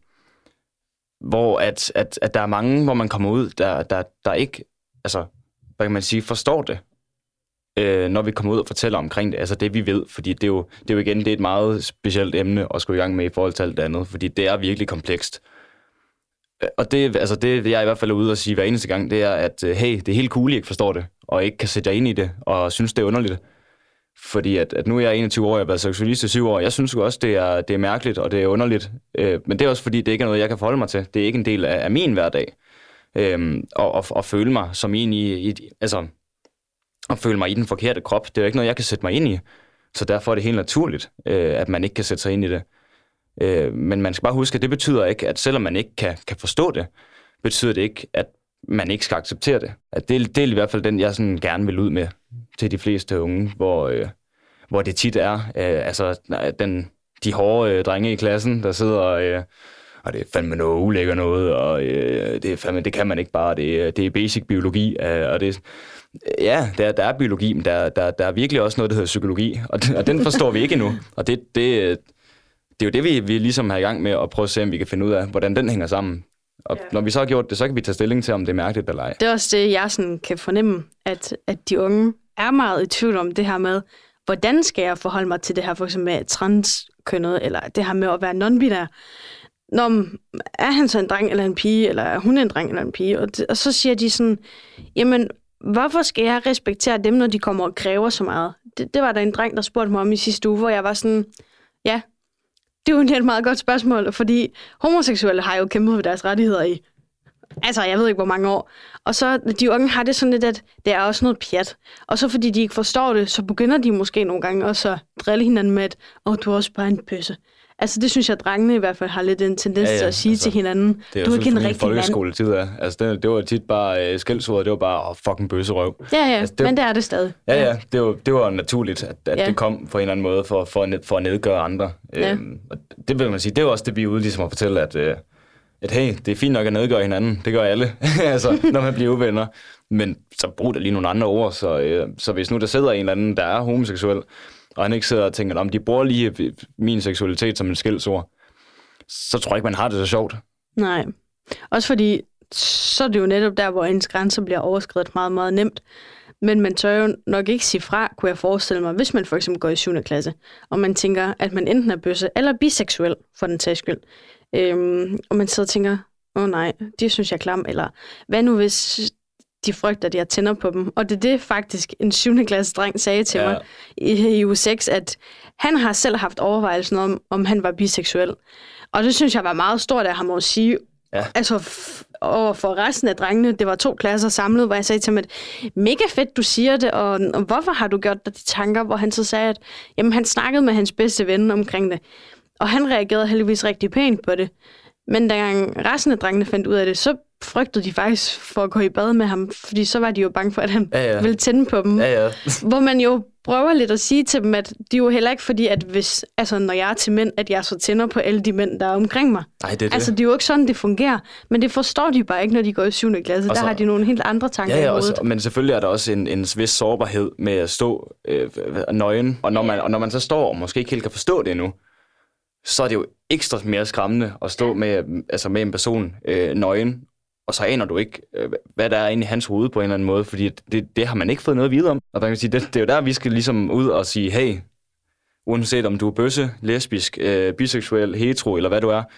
hvor at, at, at der er mange, hvor man kommer ud, der, der, der ikke, altså, hvad kan man sige, forstår det, øh, når vi kommer ud og fortæller omkring det. Altså det, vi ved, fordi det er jo, det er jo igen, det er et meget specielt emne at skulle i gang med i forhold til alt det andet, fordi det er virkelig komplekst. Og det, altså det, jeg i hvert fald er ude og sige hver eneste gang, det er, at hey, det er helt cool, I ikke forstår det, og ikke kan sætte jer ind i det, og synes, det er underligt. Fordi at, at nu er jeg enogtyve år, jeg har været seksualist i syv år, jeg synes jo også, det er, det er mærkeligt, og det er underligt. Øh, men det er også fordi, det ikke er noget, jeg kan forholde mig til. Det er ikke en del af, af min hverdag. Øhm, og, og, og føle mig som en i, i, altså, at føle mig i den forkerte krop, det er jo ikke noget, jeg kan sætte mig ind i. Så derfor er det helt naturligt, øh, at man ikke kan sætte sig ind i det. Øh, men man skal bare huske, at det betyder ikke, at selvom man ikke kan, kan forstå det, betyder det ikke, at man ikke skal acceptere det. At det, det er i hvert fald den, jeg sådan gerne vil ud med til de fleste unge, hvor, øh, hvor det tit er, øh, altså den, de hårde øh, drenge i klassen, der sidder og, øh, og det er fandme noget ulækker noget, og øh, det, er fandme, det kan man ikke bare, det, det er basic biologi, øh, og det ja, der, der er biologi, men der, der, der er virkelig også noget, der hedder psykologi, og, og den forstår vi ikke endnu, og det, det, det er jo det, vi, vi ligesom er i gang med at prøve at se, om vi kan finde ud af, hvordan den hænger sammen. Og ja. Når vi så har gjort det, så kan vi tage stilling til, om det er mærkeligt eller ej. Det er også det, jeg sådan kan fornemme, at, at de unge er meget i tvivl om det her med, hvordan skal jeg forholde mig til det her, for eksempel med transkønnet, eller det her med at være non-binær. Når er han så en dreng eller en pige, eller er hun en dreng eller en pige? Og, det, og så siger de sådan, jamen, hvorfor skal jeg respektere dem, når de kommer og kræver så meget? Det, det var der en dreng, der spurgte mig om i sidste uge, hvor jeg var sådan, ja, det er jo et meget godt spørgsmål, fordi homoseksuelle har jo kæmpet for deres rettigheder i, altså jeg ved ikke hvor mange år. Og så de unge har det sådan lidt, at det er også noget pjat. Og så fordi de ikke forstår det, så begynder de måske nogle gange også at drille hinanden med, at åh, du er også bare en bøsse. Altså det synes jeg, at drengene i hvert fald har lidt en tendens ja, ja, til at sige altså, til hinanden, du er ikke en rigtig mand. Det er jo folkeskoletid, ja. Altså det, det var tit bare uh, skældsord, det var bare oh, fucking bøsserøv. Ja, ja, altså, det, men det er det stadig. Ja, ja, det var, det var naturligt, at, at ja. det kom på en eller anden måde for, for, at, ned, for at nedgøre andre. Ja. Øhm, og det vil man sige, det er også det, vi er ude ligesom at fortælle, at, uh, at hey, det er fint nok at nedgøre hinanden, det gør alle, altså når man bliver uvenner. Men så brug der lige nogle andre ord, så, uh, så hvis nu der sidder en eller anden, der er homoseksuel, og han ikke sidder og tænker, om de bruger lige min seksualitet som en skældsord, så tror jeg ikke, man har det så sjovt. Nej. Også fordi, så er det jo netop der, hvor ens grænser bliver overskredet meget, meget nemt. Men man tør jo nok ikke sige fra, kunne jeg forestille mig, hvis man for eksempel går i syvende klasse, og man tænker, at man enten er bøsse eller biseksuel, for den sags skyld. Øhm, og man sidder og tænker, åh oh, nej, det synes jeg er klam, eller hvad nu hvis de frygter, at jeg tænder på dem. Og det er det faktisk, en syvende klasse dreng sagde til ja. mig i, i uge seks, at han har selv haft overvejelsen om, om han var biseksuel. Og det synes jeg var meget stort af ham at sige, ja. altså f- over for resten af drengene. Det var to klasser samlet, hvor jeg sagde til ham, at mega fedt, du siger det, og, og hvorfor har du gjort dig de tanker? Hvor han så sagde, at jamen, han snakkede med hans bedste ven omkring det. Og han reagerede heldigvis rigtig pænt på det. Men da resten af drengene fandt ud af det, så frygtede de faktisk for at gå i bad med ham, fordi så var de jo bange for, at han ja, ja. ville tænde på dem. Ja, ja. Hvor man jo prøver lidt at sige til dem, at det er jo heller ikke fordi, at hvis, altså, når jeg er til mænd, at jeg så tænder på alle de mænd, der er omkring mig. Nej, det er det. Altså, det er jo ikke sådan, det fungerer. Men det forstår de bare ikke, når de går i syvende klasse. Der har de nogle helt andre tanker ja, ja, i hovedet. Også, men selvfølgelig er der også en, en vis sårbarhed med at stå øh, nøgen. Og når, man, og når man så står og måske ikke helt kan forstå det endnu, så er det jo ekstra mere skræmmende at stå med, altså med en person øh, nøgen, og så aner du ikke, øh, hvad der er inde i hans hoved på en eller anden måde, fordi det, det har man ikke fået noget at vide om. Og man kan sige, det, det er jo der, vi skal ligesom ud og sige, hey, uanset om du er bøsse, lesbisk, øh, biseksuel, hetero eller hvad du er,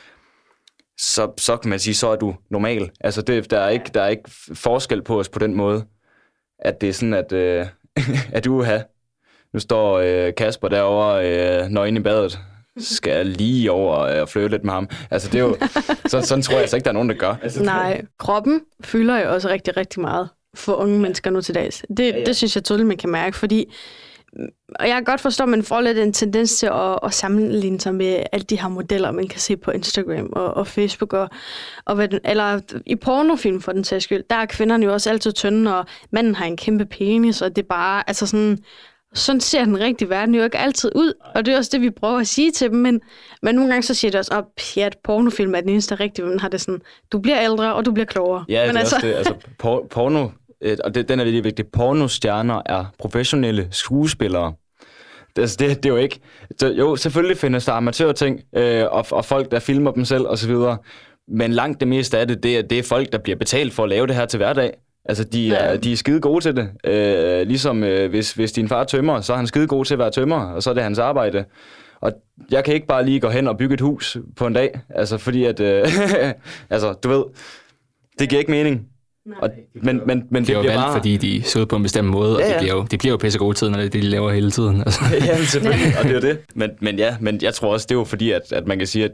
så, så kan man sige, så er du normal. Altså det, der, er ikke, der er ikke forskel på os på den måde, at det er sådan, at, øh, at du har. Nu står øh, Kasper derovre øh, nøgen i badet. Skal jeg lige over og flirte lidt med ham. Altså, det er jo... så, sådan tror jeg altså ikke, der er nogen, der gør. Altså, Nej, kroppen fylder jo også rigtig, rigtig meget for unge mennesker nu til dags. Det, ja, ja. det synes jeg tydeligt, man kan mærke, fordi... Og jeg kan godt forstå, at man får lidt en tendens til at, at sammenligne sig med alle de her modeller, man kan se på Instagram og, og Facebook, og, og hvad den, eller i pornofilm for den sags skyld. Der er kvinderne jo også altid tynde, og manden har en kæmpe penis, og det er bare... altså sådan... Sådan ser den rigtige verden jo ikke altid ud, og det er også det, vi prøver at sige til dem, men, men nogle gange så siger det også, at pjat, pornofilm er den eneste rigtige, men har det sådan, du bliver ældre, og du bliver klogere. Ja, men det er altså... også det. Altså, por- porno, og det, den er virkelig vigtig, pornostjerner er professionelle skuespillere. Det, altså, det, det er jo ikke... Det, jo, selvfølgelig findes der amatørting, øh, og, og folk, der filmer dem selv, osv., men langt det meste af det, det er, det er folk, der bliver betalt for at lave det her til hverdag. Altså, de er, ja. de er skide gode til det. Øh, ligesom øh, hvis, hvis din far er tømrer, så er han skide god til at være tømrer, og så er det hans arbejde. Og jeg kan ikke bare lige gå hen og bygge et hus på en dag, altså fordi at... Øh, altså, du ved, det giver ikke mening. Og, men, men, men det, det er jo bliver valgt, bare... fordi de ser ud på en bestemt måde, ja, ja. og det bliver jo, det bliver jo pisse gode tid, når det er det, de laver hele tiden. Altså. Ja, selvfølgelig, og det er jo det. Men, men ja, men jeg tror også, det er jo fordi, at, at man kan sige, at,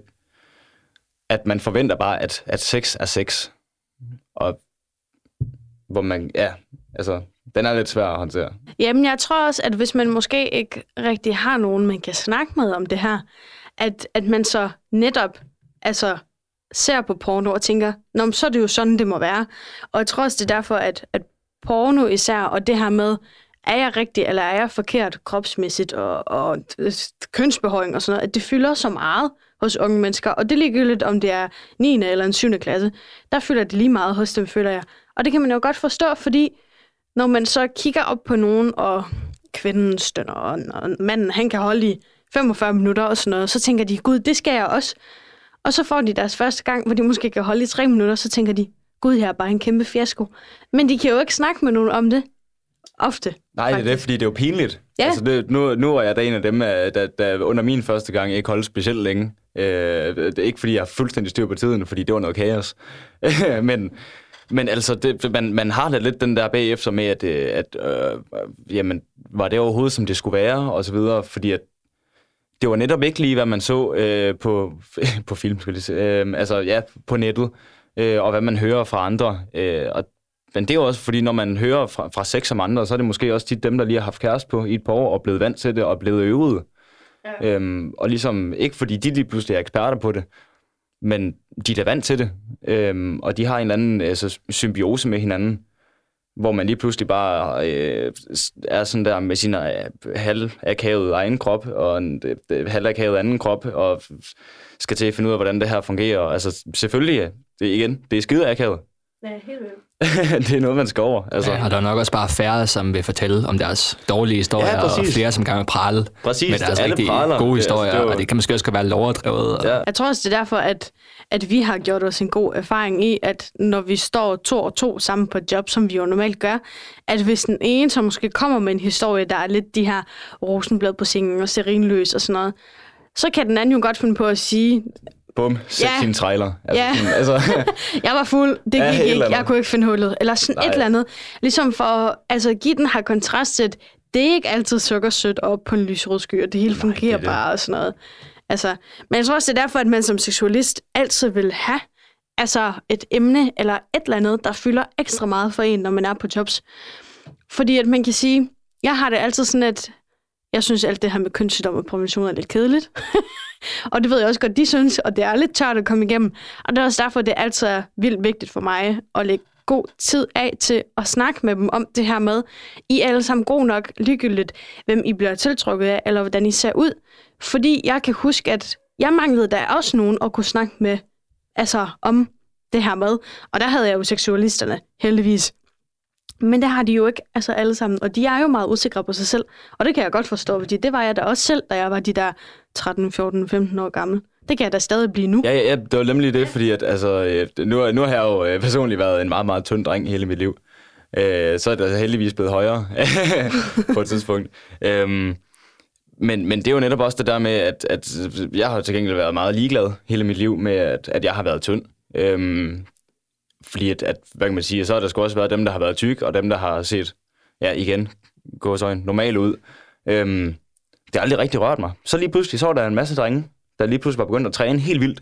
at man forventer bare, at, at sex er sex. Og hvor man, ja, altså, den er lidt svær at håndtere. Jamen, jeg tror også, at hvis man måske ikke rigtig har nogen, man kan snakke med om det her, at, at man så netop, altså, ser på porno og tænker, nå, så er det jo sådan, det må være. Og jeg tror også, det er derfor, at, at porno især, og det her med, er jeg rigtig, eller er jeg forkert kropsmæssigt, og, og kønsbehøjning og sådan noget, at det fylder så meget hos unge mennesker. Og det er ligegyldigt, om det er niende eller en syvende klasse. Der fylder det lige meget hos dem, føler jeg. Og det kan man jo godt forstå, fordi når man så kigger op på nogen, og kvinden stønner, og, og manden, han kan holde i femogfyrre minutter og sådan noget, så tænker de, gud, det skal jeg også. Og så får de deres første gang, hvor de måske kan holde i tre minutter, så tænker de, gud, jeg er bare en kæmpe fiasko. Men de kan jo ikke snakke med nogen om det. Ofte. Nej, faktisk. Det er det, fordi det er jo pinligt. Ja. Altså det, nu, nu er jeg da en af dem, der, der under min første gang ikke holdt specielt længe. Øh, det er ikke, fordi jeg har fuldstændig styr på tiden, fordi det var noget kaos. men, men altså, det, man, man har da lidt den der bagefter med, at, at øh, jamen, var det overhovedet, som det skulle være, og så videre, fordi at det var netop ikke lige, hvad man så øh, på, på film, skulle jeg sige. Øh, altså, ja, på nettet, øh, og hvad man hører fra andre. Øh, og, men det er jo også, fordi når man hører fra, fra sex om andre, så er det måske også tit dem, der lige har haft kæreste på i et par år, og blevet vant til det, og blevet øvet. Ja. Øhm, og ligesom, ikke fordi de lige pludselig er eksperter på det, men de er da vant til det. Øhm, og de har en eller anden altså, symbiose med hinanden, hvor man lige pludselig bare øh, er sådan der med sin øh, halvakavede egen krop, og en øh, halvakavet anden krop, og skal til at finde ud af, hvordan det her fungerer. Altså selvfølgelig, det, igen, det er skide akavet. Ja, helt vildt. Det er noget, man skal over. Altså. Ja, og der er nok også bare færre, som vil fortælle om deres dårlige historier, ja, og flere, som gerne vil prale præcis, med deres rigtig praler. gode historier, det, altså, det var... og det kan måske også være lidt overdrevet. Og... Ja. Jeg tror også, det er derfor, at, at vi har gjort os en god erfaring i, at når vi står to og to sammen på et job, som vi jo normalt gør, at hvis den ene, som måske kommer med en historie, der er lidt de her rosenblad på sengen og serinløs og sådan noget, så kan den anden jo godt finde på at sige... Bum, sæt ja. sin trailer. Altså, ja. sådan, altså. Jeg var fuld, det ja, gik ikke, eller jeg kunne ikke finde hullet. Eller sådan Nej. et eller andet. Ligesom for altså, at give den her kontrast til, det er ikke altid sukkersødt op på en lyserød sky, og det hele Nej, fungerer det det. bare og sådan noget. Altså, men jeg tror også, det er derfor, at man som seksualist altid vil have altså, et emne eller et eller andet, der fylder ekstra meget for en, når man er på jobs. Fordi at man kan sige, jeg har det altid sådan, at jeg synes, alt det her med kønssygdom og prævention er lidt kedeligt. Og det ved jeg også godt, de synes, og det er lidt tørt at komme igennem. Og det er også derfor, det altid er vildt vigtigt for mig at lægge god tid af til at snakke med dem om det her med, I er alle sammen god nok, ligegyldigt, hvem I bliver tiltrukket af, eller hvordan I ser ud. Fordi jeg kan huske, at jeg manglede der også nogen at kunne snakke med altså, om det her med. Og der havde jeg jo seksualisterne, heldigvis. Men det har de jo ikke altså alle sammen, og de er jo meget usikre på sig selv. Og det kan jeg godt forstå, fordi det var jeg da også selv, da jeg var de der tretten, fjorten, femten år gammel. Det kan jeg da stadig blive nu. Ja, ja, ja, det var nemlig det, fordi at, altså, nu, nu har jeg jo personligt været en meget, meget tynd dreng hele mit liv. Øh, så er det heldigvis blevet højere på et tidspunkt. Øhm, men, men det er jo netop også det der med, at, at jeg har til gengæld været meget ligeglad hele mit liv med, at, at jeg har været tynd. Øhm, Fordi at, at, hvad kan man sige, så har der sgu også været dem, der har været tyk, og dem, der har set, ja igen, gåsøjne, normalt ud. Øhm, det har aldrig rigtig rørt mig. Så lige pludselig, så var der en masse drenge, der lige pludselig var begyndt at træne helt vildt.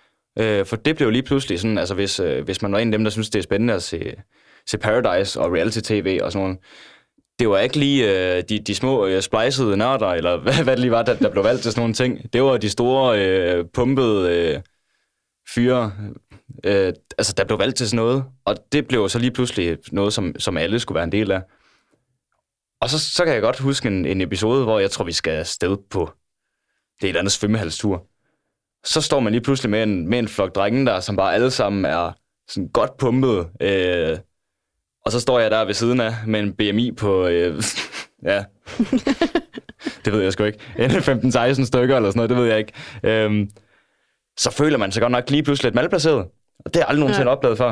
Øh, for det blev lige pludselig sådan, altså hvis, øh, hvis man var en af dem, der synes det er spændende at se, se Paradise og reality-tv og sådan noget. Det var ikke lige øh, de, de små øh, splicede nørder, eller hvad, hvad det lige var, der, der blev valgt til sådan nogle ting. Det var de store, øh, pumpede øh, fyre, øh, altså der blev valgt til sådan noget. Og det blev så lige pludselig noget, som, som alle skulle være en del af. Og så, så kan jeg godt huske en, en episode, hvor jeg tror, vi skal afsted på det er et eller andet svømmehalstur. Så står man lige pludselig med en, med en flok drenge der, som bare alle sammen er sådan godt pumpet. Øh, og så står jeg der ved siden af med en B M I på, øh, ja, det ved jeg sgu ikke, femten seksten stykker eller sådan noget, det ved jeg ikke. Øh, så føler man sig godt nok lige pludselig lidt malplaceret. Og det har jeg aldrig nogensinde ja. oplevet før.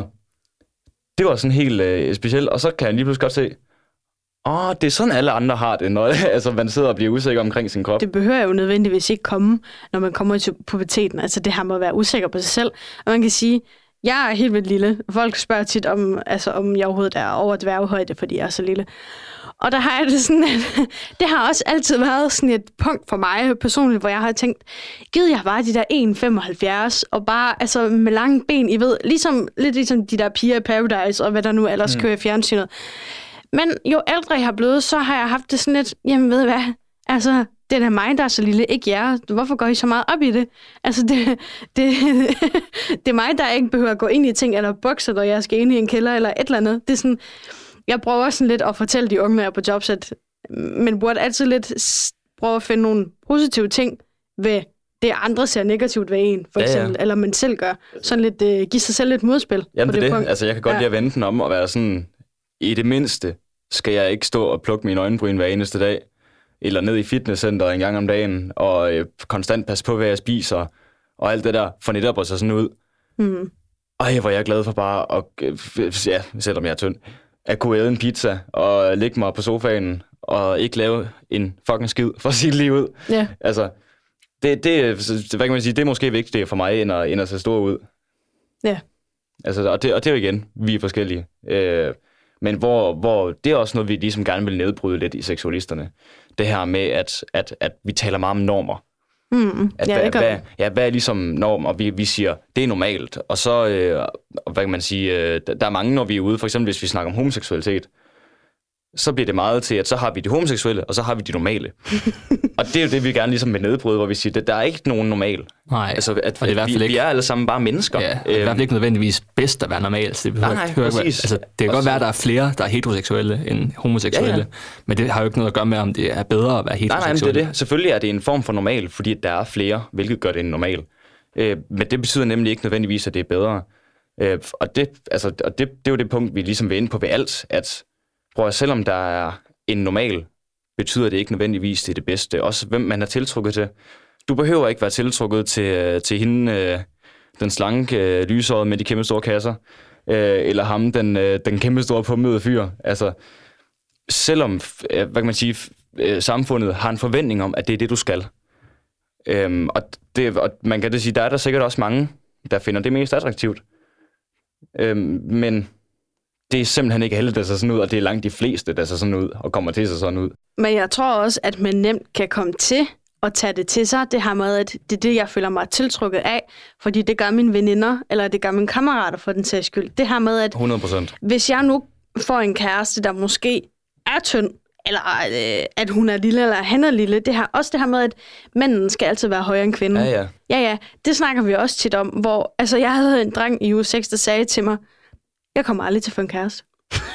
Det var sådan helt øh, specielt, og så kan jeg lige pludselig godt se, åh, oh, det er sådan, alle andre har det, når altså, man sidder og bliver usikker omkring sin krop. Det behøver jo nødvendigvis ikke komme, når man kommer til puberteten. Altså det her med at være usikker på sig selv. Og man kan sige, jeg er helt vildt lille. Folk spørger tit, om, altså, om jeg overhovedet er over dværghøjde, fordi jeg er så lille. Og der har jeg det sådan, at det har også altid været sådan et punkt for mig personligt, hvor jeg har tænkt, gid jeg bare de der en komma femoghalvfjerds, og bare altså, med lange ben, I ved, ligesom, lidt ligesom de der piger i Paradise, og hvad der nu ellers mm. kører i fjernsynet. Men jo ældre jeg har blevet, så har jeg haft det sådan lidt, jamen ved I hvad, altså det er mig, der er så lille, ikke jer. Hvorfor går I så meget op i det? Altså det, det, det er mig, der ikke behøver at gå ind i ting, eller bokser, når jeg skal ind i en kælder, eller et eller andet. Det er sådan, jeg prøver sådan lidt at fortælle de unge, der er på jobs, at man burde altid lidt prøve at finde nogle positive ting ved det, andre ser negativt ved en, for eksempel, ja, ja. Eller man selv gør. Sådan lidt, uh, give sig selv lidt modspil. Jamen på det, det, punkt. Altså jeg kan godt ja. lide at vende den om og være sådan, i det mindste skal jeg ikke stå og plukke mine øjenbryn hver eneste dag, eller ned i fitnesscenteret en gang om dagen, og øh, konstant passe på, hvad jeg spiser, og alt det der, for netop at se sådan ud. Mm. Ej, hvor jeg er glad for bare at, øh, ja, selvom jeg er tynd, at kunne æde en pizza, og ligge mig på sofaen, og ikke lave en fucking skid, for at sige det lige ud. Yeah. Altså, det, det, hvad kan man sige, det er måske vigtigt for mig, end at, end at se stor ud. Ja. Yeah. Altså, og det, og det er jo igen, vi er forskellige. Øh, Men hvor, hvor det er også noget, vi ligesom gerne vil nedbryde lidt i seksualisterne. Det her med, at, at, at vi taler meget om normer. Mm, at, ja, hvad, hvad, ja, hvad er ligesom norm? Og vi, vi siger, det er normalt. Og så, øh, hvad kan man sige, øh, der er mange, når vi er ude, for eksempel hvis vi snakker om homoseksualitet, så bliver det meget til, at så har vi de homoseksuelle, og så har vi de normale. Og det er jo det, vi gerne ligesom vil nedbryde, hvor vi siger, at der er ikke nogen normal. Nej, altså, at, og det er vi, ikke... vi er alle sammen bare mennesker. Ja, det er i hvert fald ikke nødvendigvis bedst at være normal. Så det nej, nej, hører, altså, det kan godt være, at der er flere, der er heteroseksuelle end homoseksuelle, ja, ja. Men det har jo ikke noget at gøre med, om det er bedre at være heteroseksuelle. Nej, nej, det er det. Selvfølgelig er det en form for normal, fordi der er flere, hvilket gør det en normal. Øh, men det betyder nemlig ikke nødvendigvis, at det er bedre. Øh, og det, altså, og det, det er jo det punkt, vi ligesom vil inde på ved alt, at prøv at, selvom der er en normal, betyder det ikke nødvendigvis, det er det bedste. Også hvem man er tiltrukket til. Du behøver ikke være tiltrukket til, til hende, øh, den slanke, øh, lysårede med de kæmpe store kasser, øh, eller ham, den, øh, den kæmpe store pumpede fyr. Altså, selvom, øh, hvad kan man sige, øh, samfundet har en forventning om, at det er det, du skal. Øhm, og, det, og man kan det sige, der er der sikkert også mange, der finder det mest attraktivt. Øhm, men det er simpelthen ikke alle, der ser sådan ud, og det er langt de fleste, der ser sådan ud, og kommer til sig sådan ud. Men jeg tror også, at man nemt kan komme til at tage det til sig. Det her med, at det er det, jeg føler mig tiltrukket af, fordi det gør mine veninder, eller det gør mine kammerater for den sags skyld. Det her med, at hundrede procent. Hvis jeg nu får en kæreste, der måske er tynd, eller øh, at hun er lille, eller han er lille, det her, også det her med, at mænden skal altid være højere end kvinden. Ja, ja. Ja, ja. Det snakker vi også tit om, hvor altså, jeg havde en dreng i uge seks, der sagde til mig, jeg kommer aldrig til at få en kæreste.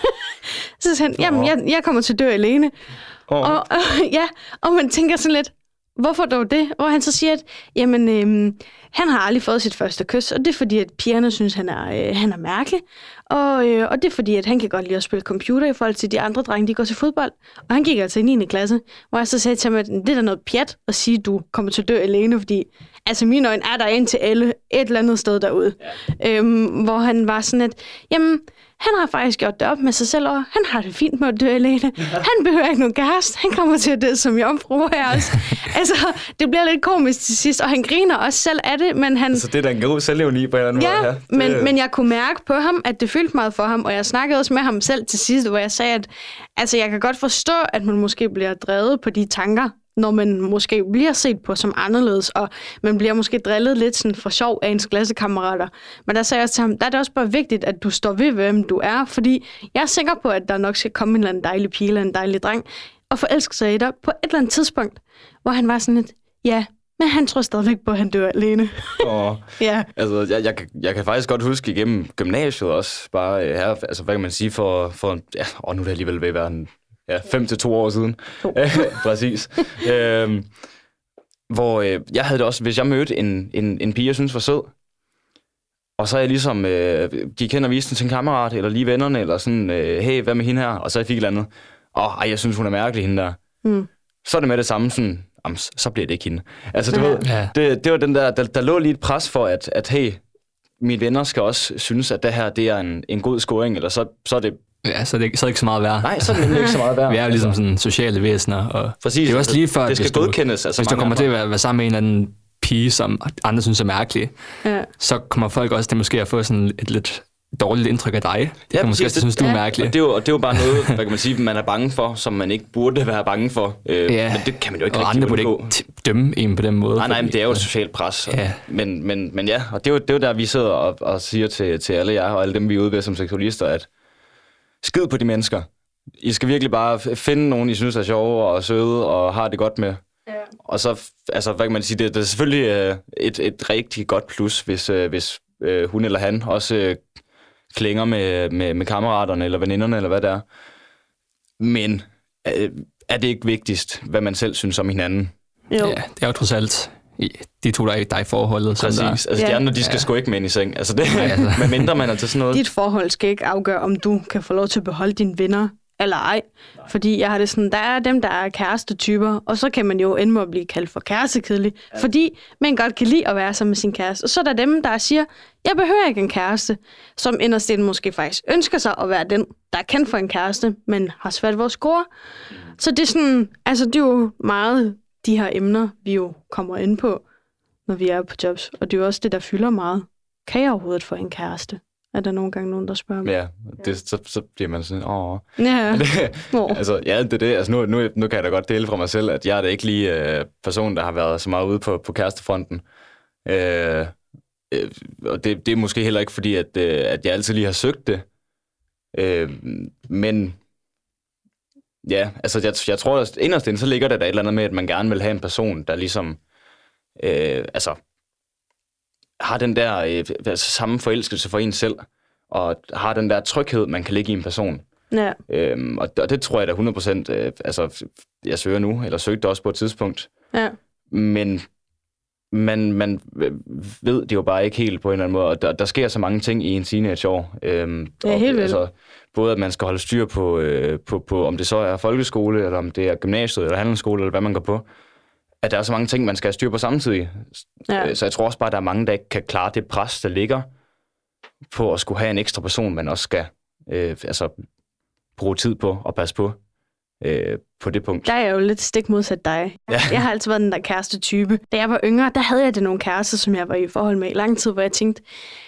Så sagde han, jamen, jeg, jeg kommer til at dø alene. Oh. Og, øh, ja, og man tænker sådan lidt, hvorfor dog det? Hvor han så siger, at jamen, øhm, han har aldrig fået sit første kys, og det er fordi, at pigerne synes, han er, øh, han er mærkelig. Og, øh, og det er fordi, at han kan godt lide at spille computer i forhold til de andre drenge, de går til fodbold. Og han gik altså i niende klasse, hvor jeg så sagde til ham, at det er da noget pjat at sige, at du kommer til at dø alene, fordi altså mine øjne er der ind til alle et eller andet sted derude. Ja. Øhm, hvor han var sådan, at jamen, han har faktisk gjort det op med sig selv, og han har det fint med at dø alene. Han behøver ikke nogen kæreste. Han kommer til at dø som jomfru her også. Altså, det bliver lidt komisk til sidst, og han griner også selv af det, men han... Altså, det er da en god selvevni på en eller anden ja, måde. Ja, det... men, men jeg kunne mærke på ham, at det fyldte meget for ham, og jeg snakkede også med ham selv til sidst, hvor jeg sagde, at altså, jeg kan godt forstå, at man måske bliver drevet på de tanker, når man måske bliver set på som anderledes, og man bliver måske drillet lidt sådan for sjov af ens klassekammerater. Men der sagde jeg til ham, der er det også bare vigtigt, at du står ved, hvem du er, fordi jeg er sikker på, at der nok skal komme en eller anden dejlig pige eller en dejlig dreng, og forelske sig i dig på et eller andet tidspunkt, hvor han var sådan lidt, ja, men han tror stadigvæk på, at han dør alene. Oh, ja. Altså, jeg, jeg, jeg kan faktisk godt huske igennem gymnasiet også, bare her, altså, hvad kan man sige, for, for ja, åh, nu er det alligevel ved at være en Ja, fem til to år siden. Præcis. øhm, hvor øh, jeg havde det også, hvis jeg mødte en, en, en pige, jeg synes var sød, og så jeg ligesom øh, gik hen og viste den til en kammerat, eller lige vennerne, eller sådan, øh, hey, hvad med hende her? Og så jeg fik et eller andet, åh, ej, jeg synes, hun er mærkelig, hende der. Mm. Så er det med det samme, sådan, jamen, så bliver det ikke hende. Altså, du ja. ved, det, det var den der, der, der lå lige et pres for, at, at hey, mine venner skal også synes, at det her, det er en, en god scoring, eller så, så er det Ja, så er det, så er det ikke så meget værd. Nej, så er det ikke så meget værd. Vi er jo ligesom sådan sociale væsener, og præcis, det er også lige før, det skal godkendes. Altså, hvis du kommer til at være, være sammen med en eller anden pige, som andre synes er mærkelig, ja. så kommer folk også til måske at få sådan et lidt dårligt indtryk af dig. De ja, måske også synes, du er mærkelig. Og det er, jo, og det er jo bare noget, hvad kan man sige, man er bange for, som man ikke burde være bange for. Øh, ja. Men det kan man jo ikke og rigtig andre burde ikke t- dømme en på den måde. Nej, nej, men det er jo et socialt pres. Ja. Men, men, men ja, og det er jo, det er jo der, vi sidder og, og siger til, til alle jer, og alle dem, vi er ude ved som seksualister, at skid på de mennesker. I skal virkelig bare finde nogen, I synes er sjove og søde og har det godt med. Ja. Og så, altså, hvad kan man sige, det, det er selvfølgelig øh, et, et rigtig godt plus, hvis, øh, hvis øh, hun eller han også øh, klinger med, med, med kammeraterne eller veninderne, eller hvad det er. Men øh, er det ikke vigtigst, hvad man selv synes om hinanden? Jo. Ja, det er jo trods alt de to, der er, der er i forholdet. Præcis. Der. Altså, ja. de andre, de skal ja. sgu ikke med ind i seng. Altså, det, ja, altså. Med mindre man er til sådan noget. Dit forhold skal ikke afgøre, om du kan få lov til at beholde dine venner eller ej. Nej. Fordi jeg har det sådan, der er dem, der er kærestetyper, og så kan man jo ende med at blive kaldt for kærestekedelig, ja. fordi man godt kan lide at være sammen med sin kæreste. Og så er der dem, der siger, jeg behøver ikke en kæreste, som inderst inde måske faktisk ønsker sig at være den, der kan få en kæreste, men har svært ved at score. Mm. Så det er sådan, altså det er jo meget de her emner, vi jo kommer ind på, når vi er på jobs. Og det er jo også det, der fylder meget. Kan jeg overhovedet få en kæreste? Er der nogle gange nogen, der spørger mig? Ja, det, så, så bliver man sådan, åh. Ja. Det, altså, ja, det er det. Altså, nu, nu, nu kan jeg da godt dele fra mig selv, at jeg er da ikke lige øh, personen, der har været så meget ude på, på kærestefronten. Øh, øh, og det, det er måske heller ikke fordi, at, øh, at jeg altid lige har søgt det. Øh, men ja, altså, jeg, jeg tror, at inderst inde, så ligger der da et eller andet med, at man gerne vil have en person, der ligesom øh, altså har den der øh, altså, samme forelskelse for en selv, og har den der tryghed, man kan ligge i en person. Ja. Øhm, og, og det tror jeg da hundrede procent, øh, altså jeg søger nu, eller søgte også på et tidspunkt. Ja. Men man, man ved det jo bare ikke helt på en eller anden måde, og der, der sker så mange ting i en teenageår. Øhm, ja, helt vildt. Altså, både at man skal holde styr på, øh, på, på, om det så er folkeskole, eller om det er gymnasiet, eller handelsskole, eller hvad man går på, at der er så mange ting, man skal have styr på samtidig. Ja. Så jeg tror også bare, at der er mange, der ikke kan klare det pres, der ligger på at skulle have en ekstra person, man også skal øh, altså, bruge tid på og passe på. Øh, på det punkt. Der er jeg jo lidt stik modsat dig. Ja. Jeg har altid været den der kæreste type. Da jeg var yngre, der havde jeg det nogle kærester, som jeg var i forhold med i lang tid, hvor jeg tænkte,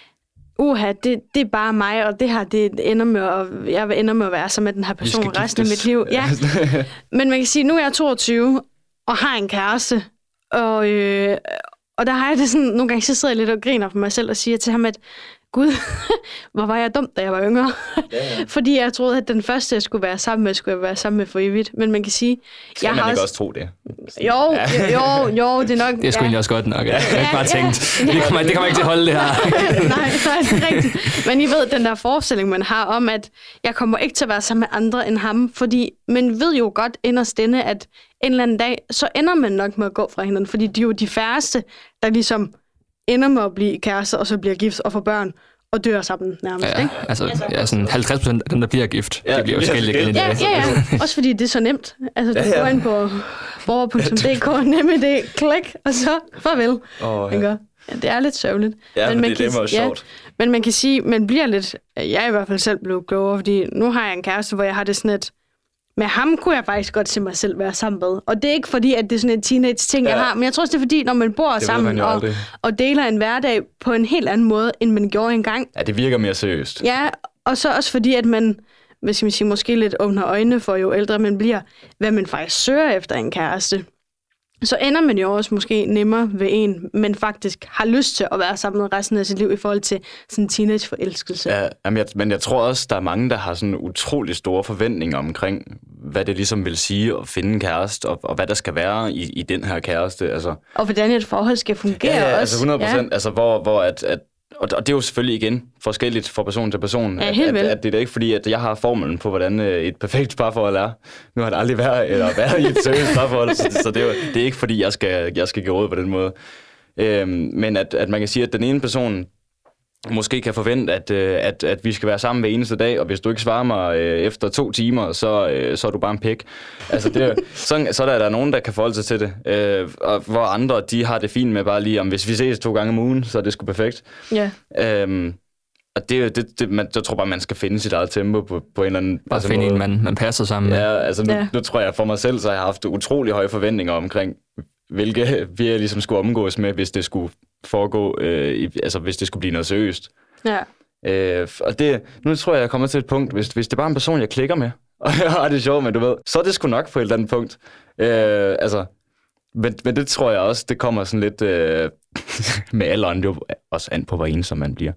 uha, det, det er bare mig, og det her, det ender med at, jeg ender med at være sammen med den her person resten af mit liv. Ja. Men man kan sige, nu er jeg toogtyve og har en kæreste, og, øh, og der har jeg det sådan, nogle gange så sidder jeg lidt og griner for mig selv og siger til ham, at Gud, hvor var jeg dum, da jeg var yngre. Ja, ja. Fordi jeg troede, at den første, jeg skulle være sammen med, skulle jeg være sammen med for evigt. Men man kan sige... Skal jeg man har ikke også... også tro det? Jo, jo, jo, det er nok... Det er sgu egentlig også godt nok. Jeg har ikke bare tænkt, ja, ja. det, kan man, det kan man ikke til at holde det her. nej, nej, det er rigtigt. Men I ved, den der forestilling, man har om, at jeg kommer ikke til at være sammen med andre end ham, fordi man ved jo godt inderst inde, at en eller anden dag, så ender man nok med at gå fra hinanden, fordi de er jo de færreste, der ligesom ender med at blive kærester, og så bliver gift og får børn, og dør sammen nærmest, ja, ikke? Altså, ja, sådan halvtreds procent af dem, der bliver gift, ja, de bliver jo skældt igen i ja, ja, ja. Også fordi det er så nemt. Altså, du ja, ja. går ind på borger punktum d k, NemID, klik, og så farvel. Oh, ja. Ja, det er lidt sørgeligt. Ja, men, men det, det er også sjovt. Ja, men man kan sige, man bliver lidt... Jeg er i hvert fald selv blevet klogere, fordi nu har jeg en kæreste, hvor jeg har det sådan et... Med ham kunne jeg faktisk godt se mig selv være sammen med. Og det er ikke fordi, at det er sådan en teenage-ting, ja. jeg har. Men jeg tror også, det er fordi, når man bor det sammen man og, og deler en hverdag på en helt anden måde, end man gjorde engang. Ja, det virker mere seriøst. Ja, og så også fordi, at man, hvis man siger, måske lidt åbner øjnene for, jo ældre man bliver, hvad man faktisk søger efter en kæreste. Så ender man jo også måske nemmere ved en, men faktisk har lyst til at være sammen med resten af sit liv i forhold til sådan en teenage-forelskelse. Ja, jamen jeg, men jeg tror også, der er mange, der har sådan utrolig store forventninger omkring, hvad det ligesom vil sige at finde en kæreste, og, og hvad der skal være i, i den her kæreste. Altså, og hvordan et forhold skal fungere ja, ja, også. altså hundrede procent. Ja. Altså hvor, hvor at, at Og det er jo selvfølgelig igen forskelligt fra person til person. Ja, at, at, at det er ikke fordi, at jeg har formelen på, hvordan et perfekt parforhold er. Nu har det aldrig været, eller været i et seriøst parforhold, så, så det, er jo, det er ikke fordi, jeg skal, jeg skal give råd på den måde. Øhm, men at, at man kan sige, at den ene person måske kan forvente, at, at, at vi skal være sammen hver eneste dag, og hvis du ikke svarer mig øh, efter to timer, så, øh, så er du bare en pik. Altså, det, så, så er der, der er nogen, der kan forholde sig til det. Øh, og hvor andre, de har det fint med bare lige, om hvis vi ses to gange om ugen, så er det sgu perfekt. Ja. Øhm, og det, det, det, man, jeg tror bare, man skal finde sit eget tempo på, på en eller anden... Bare altså, finde en, man, man passer sammen med. Ja, altså nu, ja. nu tror jeg for mig selv, så har jeg haft utrolig høje forventninger omkring, hvilke vi ligesom skulle omgås med, hvis det skulle foregå, øh, i, altså hvis det skulle blive noget seriøst. Ja. Øh, og det, nu tror jeg, jeg kommer til et punkt, hvis, hvis det er bare en person, jeg klikker med, og jeg har det sjovt med, du ved, så er det sgu nok på et eller andet punkt. Øh, altså, men, men det tror jeg også, det kommer sådan lidt øh, med alderen, jo også an på, hvor ensom man bliver.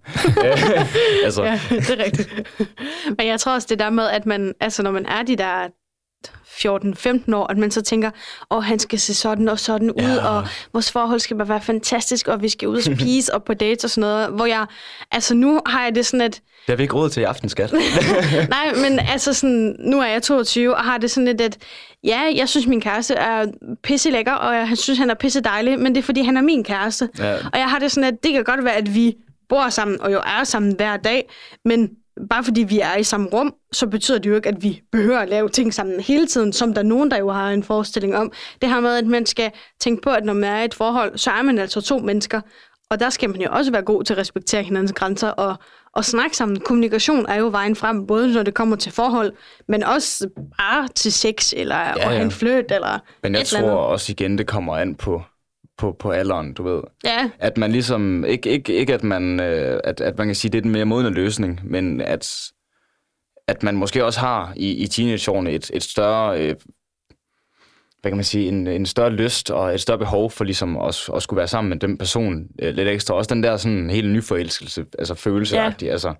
altså. Ja, det er rigtigt. Men jeg tror også, det der med, at man, altså når man er de der fjorten femten år, at man så tænker, åh, han skal se sådan og sådan ud, ja. Og vores forhold skal bare være fantastisk, og vi skal ud og spise og på dates og sådan noget, hvor jeg, altså nu har jeg det sådan, at... Det har vi ikke råd til i aften, skat. Nej, men altså sådan, nu er jeg toogtyve, og har det sådan lidt, at ja, jeg synes, min kæreste er pisse lækker, og jeg synes, han er pisse dejlig, men det er, fordi han er min kæreste. Ja. Og jeg har det sådan, at det kan godt være, at vi bor sammen, og jo er sammen hver dag, men bare fordi vi er i samme rum, så betyder det jo ikke, at vi behøver at lave ting sammen hele tiden, som der er nogen, der jo har en forestilling om. Det her med, at man skal tænke på, at når man er i et forhold, så er man altså to mennesker, og der skal man jo også være god til at respektere hinandens grænser og, og snakke sammen. Kommunikation er jo vejen frem, både når det kommer til forhold, men også bare til sex, eller ja, ja. en flirt, eller men jeg et tror eller andet. Også igen, det kommer an på På, på alderen, du ved. Ja. At man ligesom, ikke, ikke, ikke at man, øh, at, at man kan sige, det er den mere modne løsning, men at, at man måske også har i, i teenageårene et, et større, øh, hvad kan man sige, en, en større lyst og et større behov for ligesom at, at skulle være sammen med den person øh, lidt ekstra. Også den der sådan helt nyforelskelse, altså følelseagtig, ja. altså.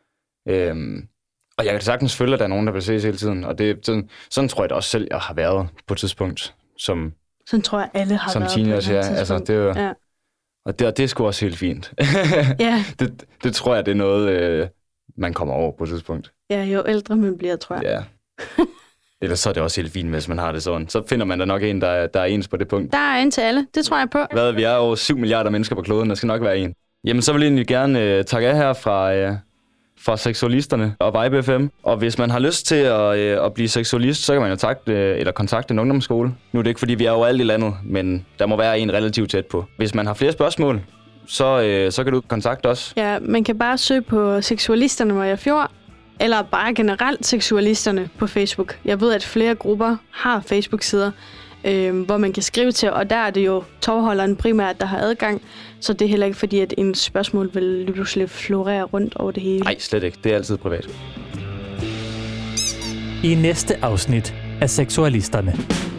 Øhm, og jeg kan sagtens føle, at der er nogen, der vil ses hele tiden, og det, sådan, sådan tror jeg da også selv, jeg har været på et tidspunkt, som sådan tror jeg, alle har som været teenager, ja. Altså, det er jo, ja. Og det, og det er sgu også helt fint. Ja. det, det tror jeg, det er noget, øh, man kommer over på et tidspunkt. Ja, jo ældre man bliver, tror jeg. Ja. Ellers så er det også helt fint, hvis man har det sådan. Så finder man da nok en, der er, der er ens på det punkt. Der er en til alle, det tror jeg på. Hvad, vi er over syv milliarder mennesker på kloden, der skal nok være en. Jamen, så vil jeg egentlig gerne øh, takke af her fra, øh, fra Seksualisterne og Vibe F M. Og hvis man har lyst til at, øh, at blive seksualist, så kan man jo takte, øh, eller kontakte en ungdomsskole. Nu er det ikke, fordi vi er overalt i landet, men der må være en relativt tæt på. Hvis man har flere spørgsmål, så, øh, så kan du kontakte os. Ja, man kan bare søge på Seksualisterne Mariager Fjord, eller bare generelt Seksualisterne på Facebook. Jeg ved, at flere grupper har Facebook-sider, øh, hvor man kan skrive til, og der er det jo tovholderen primært, der har adgang, så det er heller ikke fordi, at en spørgsmål vil lige pludselig florere rundt over det hele. Nej, slet ikke. Det er altid privat. I næste afsnit af Seksualisterne.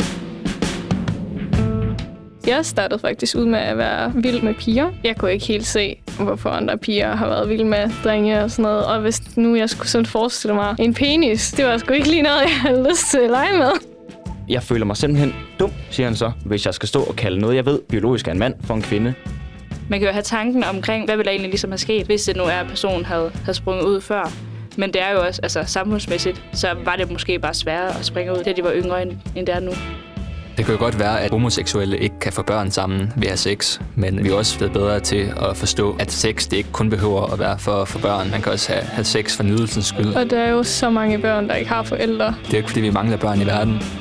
Jeg startede faktisk ud med at være vild med piger. Jeg kunne ikke helt se, hvorfor andre piger har været vilde med drenge og sådan noget. Og hvis nu jeg skulle sådan forestille mig en penis, det var sgu ikke lige noget, jeg havde lyst til at lege med. Jeg føler mig simpelthen dum, siger han så, hvis jeg skal stå og kalde noget, jeg ved, biologisk er en mand for en kvinde. Man kan jo have tanken omkring, hvad ville der egentlig ligesom have sket, hvis det nu er, at personen havde, havde sprunget ud før. Men det er jo også, altså samfundsmæssigt, så var det måske bare sværere at springe ud, da de var yngre, end, end det er nu. Det kan jo godt være, at homoseksuelle ikke kan få børn sammen ved at have sex, men vi er også blevet bedre til at forstå, at sex det ikke kun behøver at være for, for børn. Man kan også have, have sex for nydelsens skyld. Og der er jo så mange børn, der ikke har forældre. Det er jo ikke, fordi vi mangler børn i verden.